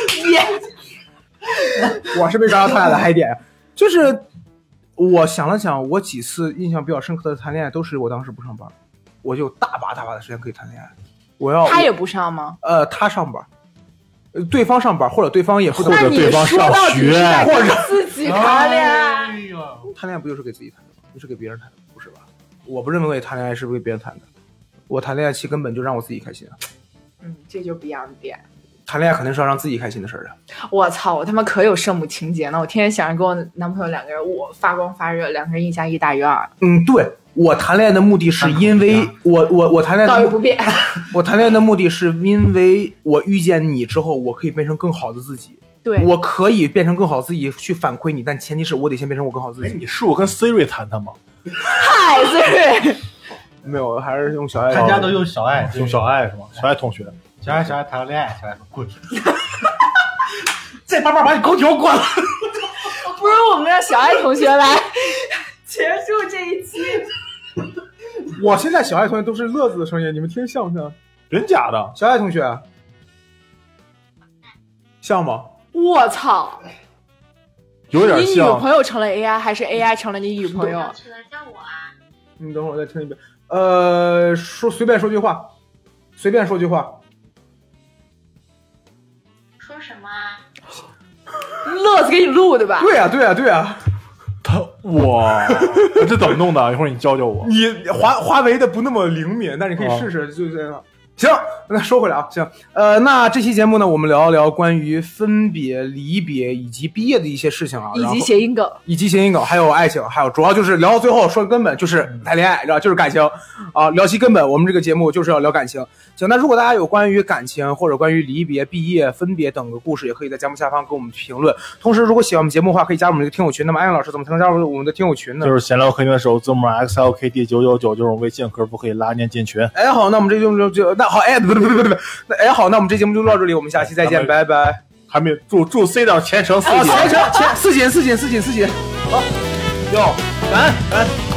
你，我是被抓到太来了，还一点就是，我想了想，我几次印象比较深刻的谈恋爱，都是我当时不上班。我就有大把大把的时间可以谈恋爱，我要他也不上吗？ 呃，他上班，呃，对方上班，或者对方也不或者对方上学， 或者自己谈恋爱。 哎呦， 谈恋爱不就是给自己谈的吗？不是给别人谈的，不是吧？我不认为谈恋爱是为别人谈的，我谈恋爱期根本就让我自己开心啊。 嗯，这就 Beyond 点。 谈恋爱肯定是要让自己开心的事儿的。 我操，我他妈可有圣母情节呢！我天天想着跟我男朋友两个人，我发光发热，两个人一加一大于二。 嗯，对。我谈恋爱的目的是因为我我我谈恋爱道义不变。 我谈恋爱的目的是因为我遇见你之后，我可以变成更好的自己。 对， 我可以变成更好的自己去反馈你，但前提是我得先变成我更好的自己。 哎，你是我跟 Siri 谈谈吗？ 嗨 ，Siri， 没有，还是用小爱。 大家都用小爱， 用小爱是吗？小爱同学， 小爱小爱谈个恋爱，小爱说滚。这爸爸把你空调关了。 不如我们让小爱同学来结束这一期。 我现在小爱同学都是乐子的声音，你们听像不像？ 真假的？ 小爱同学像吗？ 我操， 有点像。 你女朋友成了 A I 还是 A I 成了你女朋友？ 叫我啊！ 你等会儿我再听一遍。呃，说随便说句话，随便说句话。 说什么啊？ 乐子给你录的吧？ 对呀、啊，对呀、啊，对呀、啊。 他哇，这怎么弄的？一会儿你教教我。 你华华为的不那么灵敏，但是你可以试试，哦、就这样。行，那说回来啊，行，呃，那这期节目呢，我们聊一聊关于分别、离别以及毕业的一些事情啊， 以及谐音梗， 以及谐音梗，还有爱情，还有主要就是聊到最后说根本就是谈恋爱，知道就是感情啊，聊其根本。我们这个节目就是要聊感情。行，那如果大家有关于感情或者关于离别、毕业、分别等个故事，也可以在节目下方给我们评论。同时，如果喜欢我们节目的话，可以加入我们这个听友群。那么，艾阳老师怎么才能加入我们的听友群呢？ 就是闲聊客厅的时候，字母 X L K D 九九九，就是我们微信客服可以拉您进群。 哎，好，那我们这就就就那好，哎，不不不不不，那哎好，那我们这节目就到这里，我们下期再见，拜拜。 还没祝祝 C 点前程似锦， 前程前似锦似锦似锦似锦，好，哟，感恩感恩。